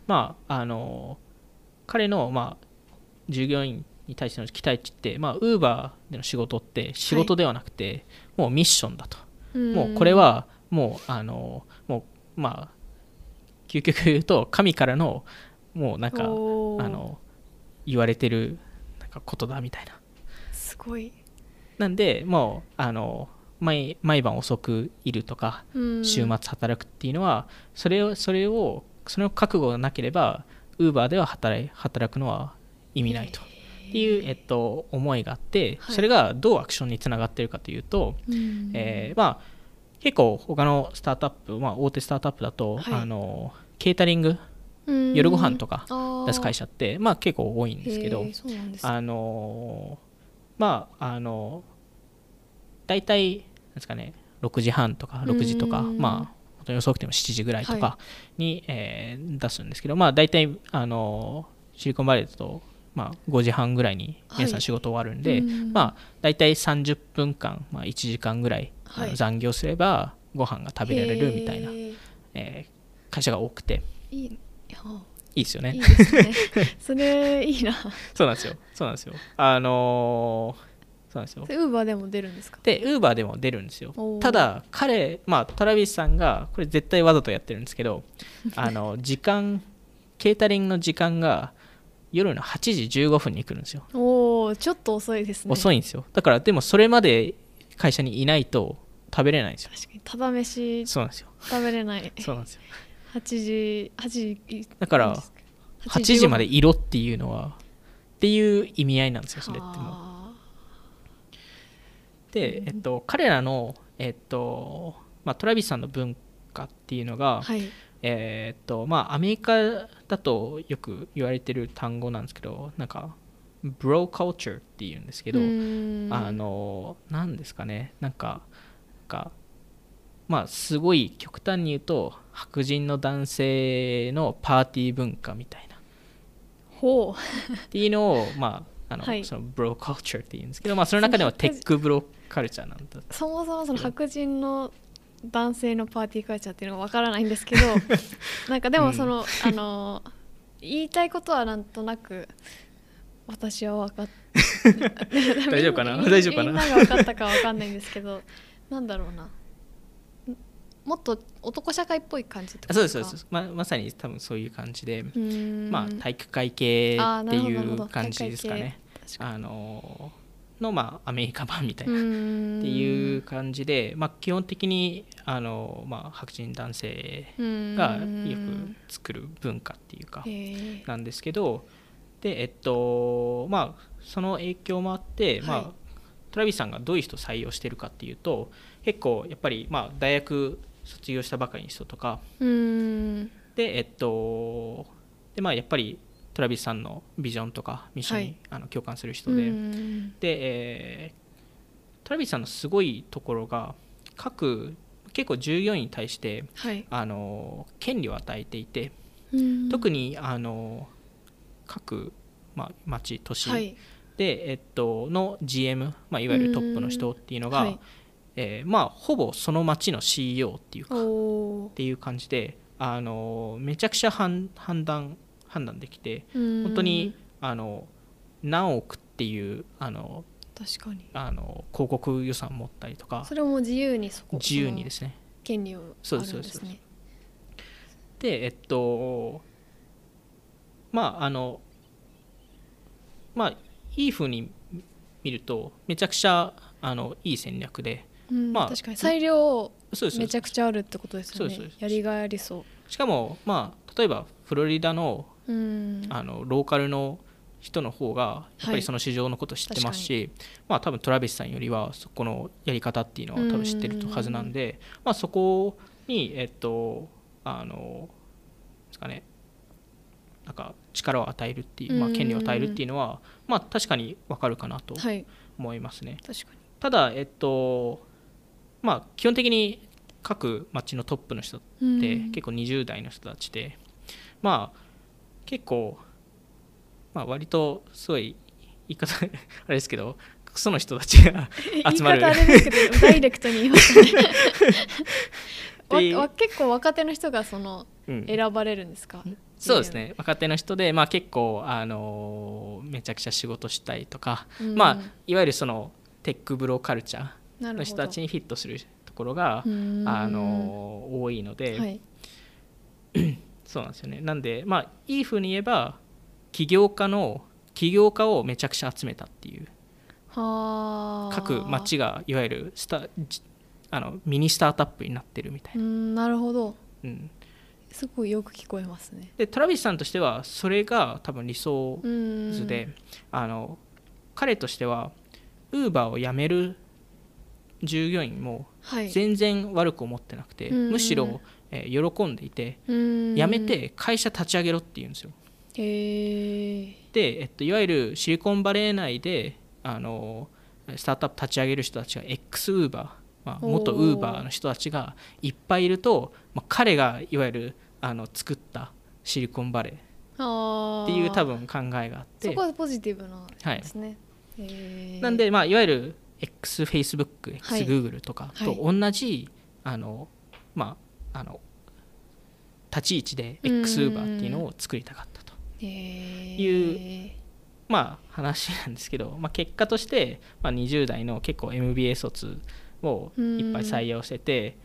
彼の、従業員に対しての期待値って、ウーバーでの仕事って仕事ではなくて、もうミッションだと。もうこれはもう究極言うと神からのもうなんか言われてるなんかことだみたいな。 すごい。 なんでもう毎晩遅くいるとか週末働くっていうのはその覚悟がなければウーバーでは働くのは意味ないとっていう、思いがあって、それがどうアクションにつながっているかというと、結構他のスタートアップ、大手スタートアップだと、ケータリング夜ご飯とか出す会社って結構多いんですけど、大体ですかね、6時半とか6時とか、本当に遅くても7時ぐらいとかに、出すんですけど、大体シリコンバレーだと、5時半ぐらいに皆さん仕事終わるんで、大体30分間、1時間ぐらい残業すればご飯が食べられるみたいな、会社が多くていいですよね。 いいですねそれいいな。 そうなんですよ。そうなんですよ。ウーバーでも出るんですか？ でウーバーでも出るんですよ。ただ彼、トラビスさんがこれ絶対わざとやってるんですけど時間ケータリングの時間が夜の8時15分に来るんですよ。 ちょっと遅いですね。 遅いんですよ。だからでもそれまで会社にいないと食べれないんですよ。 確かにただ飯そうなんですよ。 食べれないそうなんですよ。 8時だから8時までいろっていうのはっていう意味合いなんですよ。それってもうっで、彼らの、トラビスさんの文化っていうのが、 はい、 アメリカだとよく言われてる単語なんですけど、なんかブローカルチャーっていうんですけど、なんですかね、なんかすごい極端に言うと白人の男性のパーティー文化みたいなっていうのを、はい、そのブローカルチャーっていうんですけど、その中ではテックブローカルチャーなんだ。 そもそもその白人の男性のパーティーカルチャーっていうのがわからないんですけどなんかでもその、言いたいことはなんとなく私は分かって大丈夫かな大丈夫かな、みんなが分かったか分かんないんですけどなんだろうな、もっと男社会っぽい感じってことですか？ そうです、まさに多分そういう感じで、体育会系っていう感じですかね。アメリカ版みたいなっていう感じで、基本的に白人男性がよく作る文化っていうかなんですけど、でその影響もあって、トラビスさんがどういう人を採用してるかっていうと、結構やっぱり大学卒業したばかりの人とかで、やっぱりトラビスさんのビジョンとかミッションに、共感する人で、トラビスさんのすごいところが結構従業員に対して、権利を与えていて、特に各、町都市で、の GM、いわゆるトップの人っていうのが、ほぼその町の CEO っていう感じで、めちゃくちゃ判断できて、本当に何億っていう確かに広告予算を持ったりとか、 それも自由にですね、 権利をあるんですね。 でいい風に見るとめちゃくちゃいい戦略で、 確かに裁量めちゃくちゃあるってことですよね。やりがいありそう。 しかも例えばフロリダのローカルの人の方がやっぱりその市場のことを知ってますし、多分トラビスさんよりはそこのやり方っていうのは多分知ってるはずなんで、そこにですかね、なんか力を与えるっていう、権利を与えるっていうのは確かに分かるかなと思いますね。 確かに。 ただ基本的に各町のトップの人って結構20代の人たちで、結構割とすごい言い方あれですけど、クソの人たちが集まる言い方あれですけどダイレクトに言いましたね結構若手の人が選ばれるんですか？ そうですね、若手の人で、結構めちゃくちゃ仕事したりとか、いわゆるそのテックブローカルチャーの人たちにフィットするところが多いので、そうなんですよね。なんでいい風に言えば起業家をめちゃくちゃ集めたっていう、各町がいわゆるミニスタートアップになってるみたいな。 なるほど、すごいよく聞こえますね。 でトラビスさんとしてはそれが多分理想図で、彼としてはウーバーを辞める従業員も全然悪く思ってなくて、むしろ、喜んでいて、辞めて会社立ち上げろって言うんですよ。で、いわゆるシリコンバレー内でスタートアップ立ち上げる人たちが X ウーバー、元ウーバーの人たちがいっぱいいると、彼がいわゆる作ったシリコンバレーっていう多分考えがあって、 そこはポジティブなんですね。 なんで、いわゆる X フェイスブック、X グーグルとかと同じ、立ち位置で X ウーバーっていうのを作りたかったという話なんですけど、結果として、20代の結構 MBA 卒をいっぱい採用してて、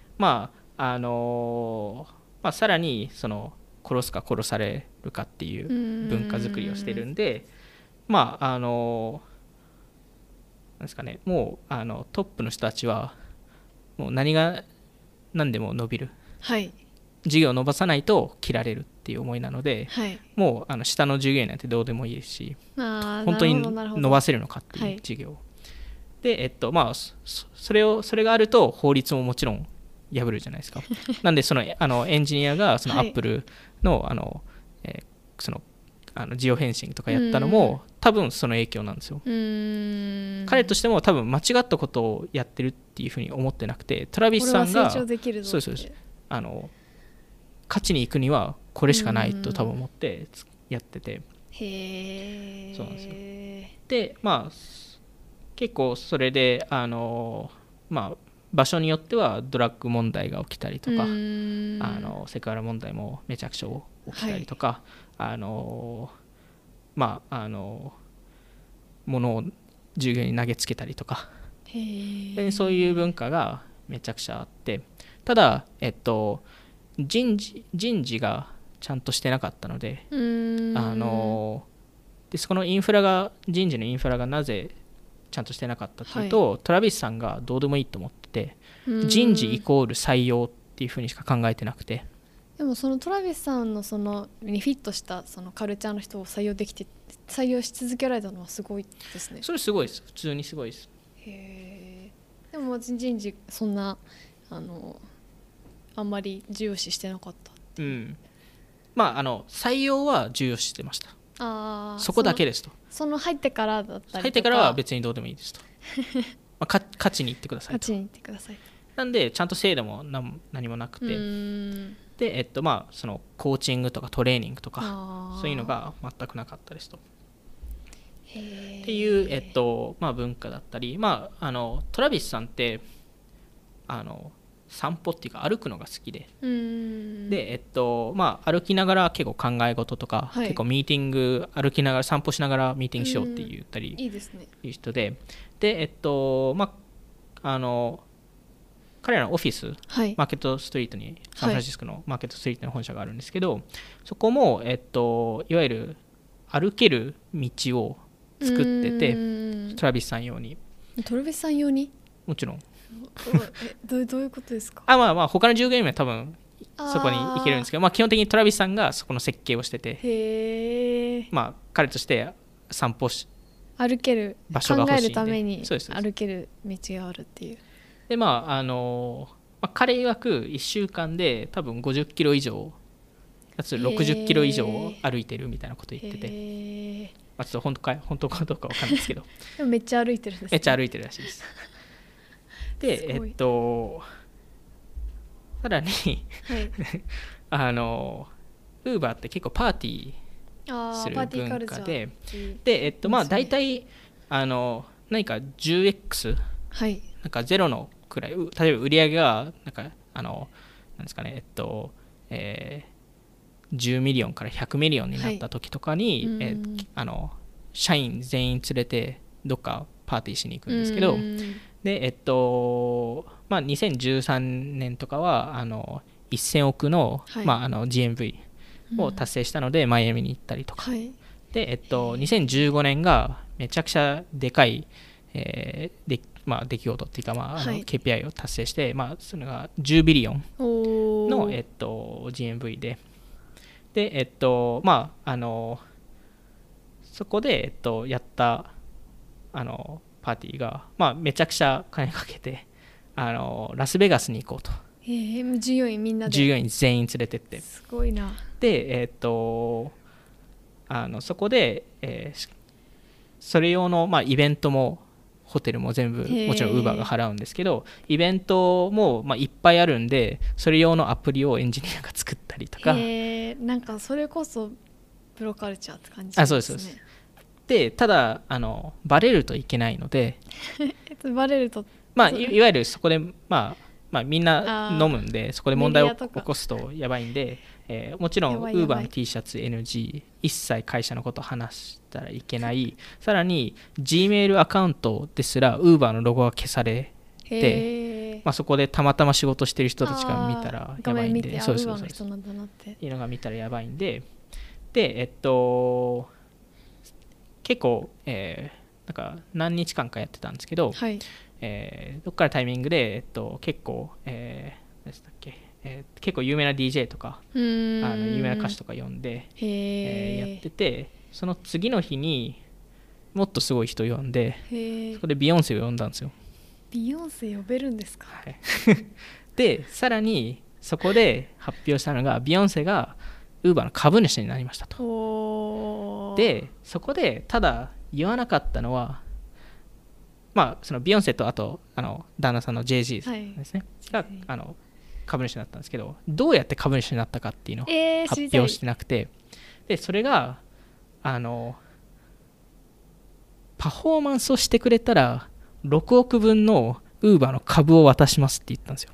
さらにその殺すか殺されるかっていう文化づくりをしてるんで、なんですかね、もうトップの人たちはもう何でも伸びる、事業を伸ばさないと切られるっていう思いなので、もう下の従業員なんてどうでもいいですし、本当に伸ばせるのかっていう事業でまあそれがあると法律ももちろん破るじゃないですかなんでエンジニアがそのアップルの、そのジオフェンシングとかやったのも多分その影響なんですよ。彼としても多分間違ったことをやってるっていうふうに思ってなくて、トラビスさんがそう勝ちに行くにはこれしかないと多分思ってやってて、 へー、 そうなんですよ。でまあ結構それでまあ場所によってはドラッグ問題が起きたりとかセクハラ問題もめちゃくちゃ起きたりとか、はい、まあ物を従業員に投げつけたりとか、そういう文化がめちゃくちゃあって、ただ人事がちゃんとしてなかったので、でそこの人事のインフラがなぜちゃんとしてなかったというと、はい、トラビスさんがどうでもいいと思ってて、人事イコール採用っていうふうにしか考えてなくて、 でもそのトラビスさんのそのにフィットしたそのカルチャーの人を採用し続けられたのはすごいですね。 それすごいです。普通にすごいです。 へー。でも人事そんなあんまり重要視してなかったっていう、 まあ採用は重要視してました。そこだけですと。 その入ってからだったりとか、 入ってからは別にどうでもいいですとまあ勝ちに行ってくださいと。 勝ちに行ってください。 なんでちゃんと制度も何もなくて、でまあそのコーチングとかトレーニングとかそういうのが全くなかったですと。っていうまあ文化だったり、まあトラビスさんって散歩っていうか歩くのが好きで、でまあ歩きながら結構考え事とか、はい、結構ミーティング歩きながら散歩しながらミーティングしようって言ったりいいですね、 いう人で、まあ彼らのオフィス、はい、マーケットストリートにサンフランシスコのマーケットストリートに本社があるんですけど、そこもいわゆる歩ける道を作ってて、トラビスさん用に。 トラビスさん用に？ もちろん。 どういうことですか？ まあ他の従業員は多分そこに行けるんですけど、まあ基本的にトラビスさんがそこの設計をしてて、まあ彼として散歩歩ける場所が欲しいんで、考えるためにそうです歩ける道があるっていう。 でまあ彼曰く1週間で多分50キロ以上60キロ以上歩いてるみたいなこと言ってて、まあ、ちょっと本当かどうか分かんないですけどでもめっちゃ歩いてるんですね。 めっちゃ歩いてるらしいです。でさらにはい、ウーバーって結構パーティーする文化で、まあ大体何か 10x、はい、なんかゼロのくらい、例えば売り上げがなんかなんですかね、10ミリオンから100ミリオンになった時とかに、はい、社員全員連れてどっかパーティーしに行くんですけど、でまあ、2013年とかは1000億の、はい、まあ、GMV を達成したので、マイアミに行ったりとか、はい、で2015年がめちゃくちゃでかい、まあ、出来事っていうか、まあはい、KPI を達成して、まあ、それが10ビリオンの、GMV で、まあそこで、やったパーティーが、まあ、めちゃくちゃ金かけてラスベガスに行こうと。 従業員みんなで従業員全員連れてって、 すごいな。 でそこで、それ用の、まあ、イベントもホテルも全部もちろん Uber が払うんですけど、イベントも、まあ、いっぱいあるんで、それ用のアプリをエンジニアが作ったりとか、 なんかそれこそプロカルチャーって感じですね。 そうですそうです。でただバレるといけないのでバレると、 まあ、いわゆるそこで、まあ、みんな飲むんで、そこで問題を起こすとやばいんで、もちろん Uber の T シャツ NG、 一切会社のことを話したらいけない。さらに Gmail アカウントですら Uber のロゴが消されて、まあ、そこでたまたま仕事してる人たちが見たらやばいんで、そうそうそうそういうのが見たらやばいんで、で結構、なんか何日間かやってたんですけど、はい、どっかのタイミングで、結構、何でしたっけ、結構有名な DJ とか有名な歌手とか呼んで、やってて、その次の日にもっとすごい人呼んで、 へえ。 そこでビヨンセを呼んだんですよ。 ビヨンセ呼べるんですか？ はい、でさらにそこで発表したのが、ビヨンセがウーバーの株主になりましたと。 おー。 でそこでただ言わなかったのは、まあそのビヨンセとあと旦那さんの JG ですね、が株主になったんですけど、どうやって株主になったかっていうのを発表してなくて、でそれがパフォーマンスをしてくれたら6億分のウーバーの株を渡しますって言ったんですよ。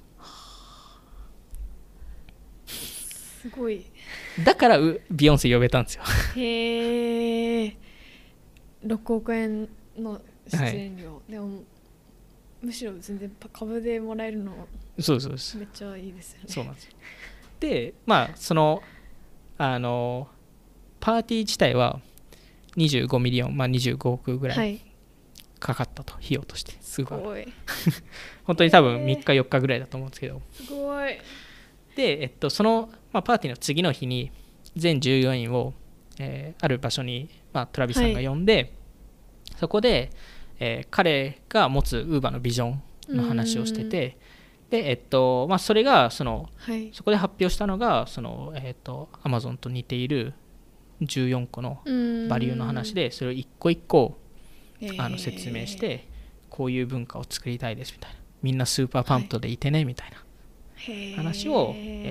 すごい。 だからビヨンセ呼べたんですよ。 へえ。6億円の出演料、はい、でもむしろ全然株でもらえるのそうです、 めっちゃいいですよね。 そうなんですよ。でまあそのパーティー自体は25ミリオン、まあ、25億ぐらいかかったと、費用として。 すごい。 本当に多分3日4日ぐらいだと思うんですけど、 すごい。 で、その、パーティーの次の日に全従業員を、ある場所に、トラビスさんが呼んで、はい、そこで、彼が持つウーバーのビジョンの話をしてて、で、それがそこで発表したのがアマゾンと似ている14個のバリューの話で、それを一個一個説明して、こういう文化を作りたいですみたいな、みんなスーパーパンプトでいてねみたいな話を、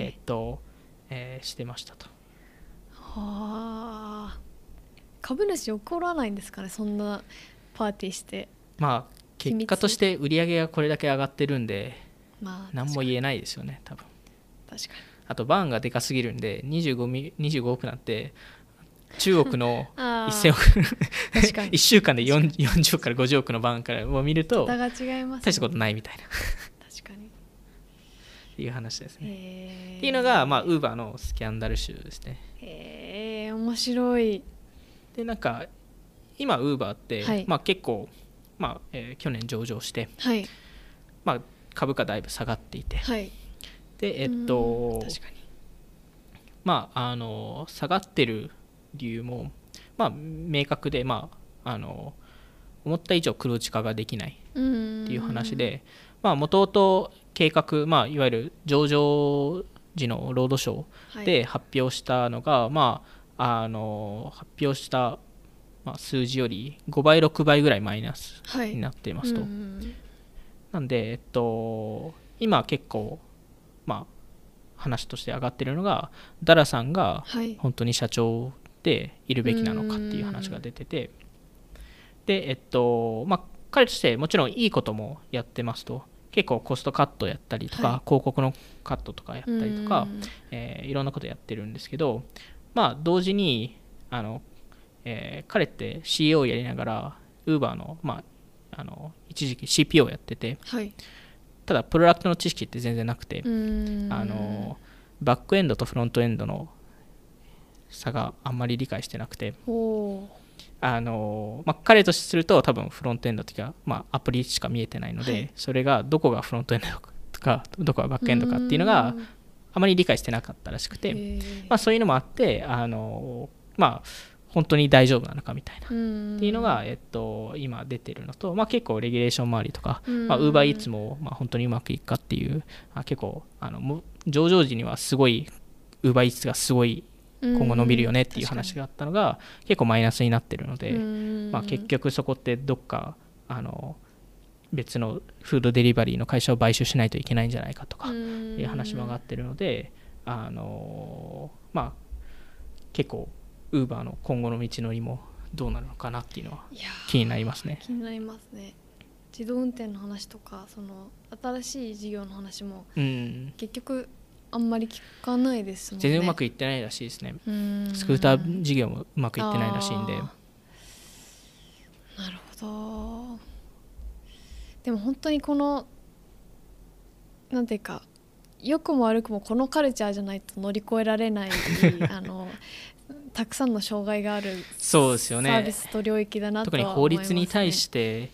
してましたと。 はあ。株主怒らないんですかね、そんなパーティーして。 まあ結果として売り上げがこれだけ上がってるんで、何も言えないですよね多分。 確かに。 あとバーンがでかすぎるんで25億なんて中国の1000億1週間で40億から50億のバーンからを見ると大したことないみたいな確かにっていう話ですね。っていうのがウーバーのスキャンダル集ですね。 へえ、面白い。 でなんか今ウーバーって、はい、結構、去年上場して、はい、株価だいぶ下がっていて、はい、で確かに下がってる理由も、明確で、思った以上黒字化ができないっていう話で、もともと計画、いわゆる上場時のロードショーで発表したのが、発表した数字より5倍6倍ぐらいマイナスになっていますと。なんで、今結構話として上がっているのが、ダラさんが本当に社長でいるべきなのかっていう話が出てて、で彼としてもちろんいいこともやってますと。結構コストカットやったりとか、広告のカットとかやったりとか、いろんなことやってるんですけど、同時に彼って CEO をやりながら Uber の、一時期 CPO をやってて、ただプロダクトの知識って全然なくて、バックエンドとフロントエンドの差があんまり理解してなくて、彼とすると多分フロントエンドというか、アプリしか見えてないので、それがどこがフロントエンドとかどこがバックエンドかっていうのがあまり理解してなかったらしくて、そういうのもあって本当に大丈夫なのかみたいなっていうのが、今出てるのと、結構レギュレーション周りとか、UberEats も本当にうまくいくかっていう、結構上場時にはすごい UberEats がすごい今後伸びるよねっていう話があったのが結構マイナスになってるので、結局そこってどっか別のフードデリバリーの会社を買収しないといけないんじゃないかとかいう話も上がってるので、結構ウーバーの今後の道のりもどうなるのかなっていうのは気になりますね。 気になりますね。自動運転の話とかその新しい事業の話も結局あんまり聞かないですもんね。 全然うまくいってないらしいですね。スクーター事業もうまくいってないらしいんで。なるほど。でも本当にこのなんていうか良くも悪くもこのカルチャーじゃないと乗り越えられないたくさんの障害があるそうですよね、 サービスと領域だなとは思いますね。 特に法律に対して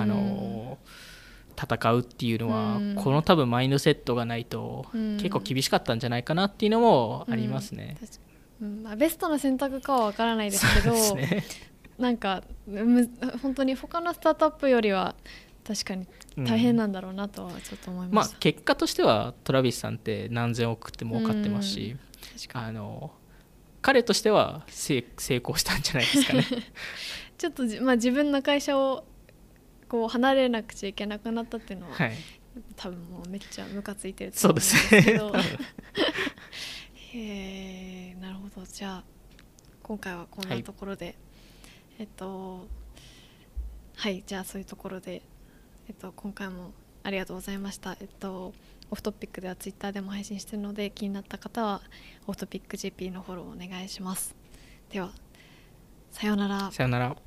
戦うっていうのは、この多分マインドセットがないと結構厳しかったんじゃないかなっていうのもありますね。 ベストな選択かは分からないですけど、 なんか本当に他のスタートアップよりは確かに大変なんだろうなとはちょっと思いました。 結果としてはトラビスさんって何千億って儲かってますし、彼としては成功したんじゃないですかねちょっと自分の会社をこう離れなくちゃいけなくなったっていうのは、はい、多分もうめっちゃムカついてると思うんですけどなるほど。じゃあ今回はこんなところで、はい、じゃあそういうところで、今回もありがとうございました。オフトピックではツイッターでも配信しているので、気になった方はオフトピック GP のフォローをお願いします。ではさようなら。 さようなら。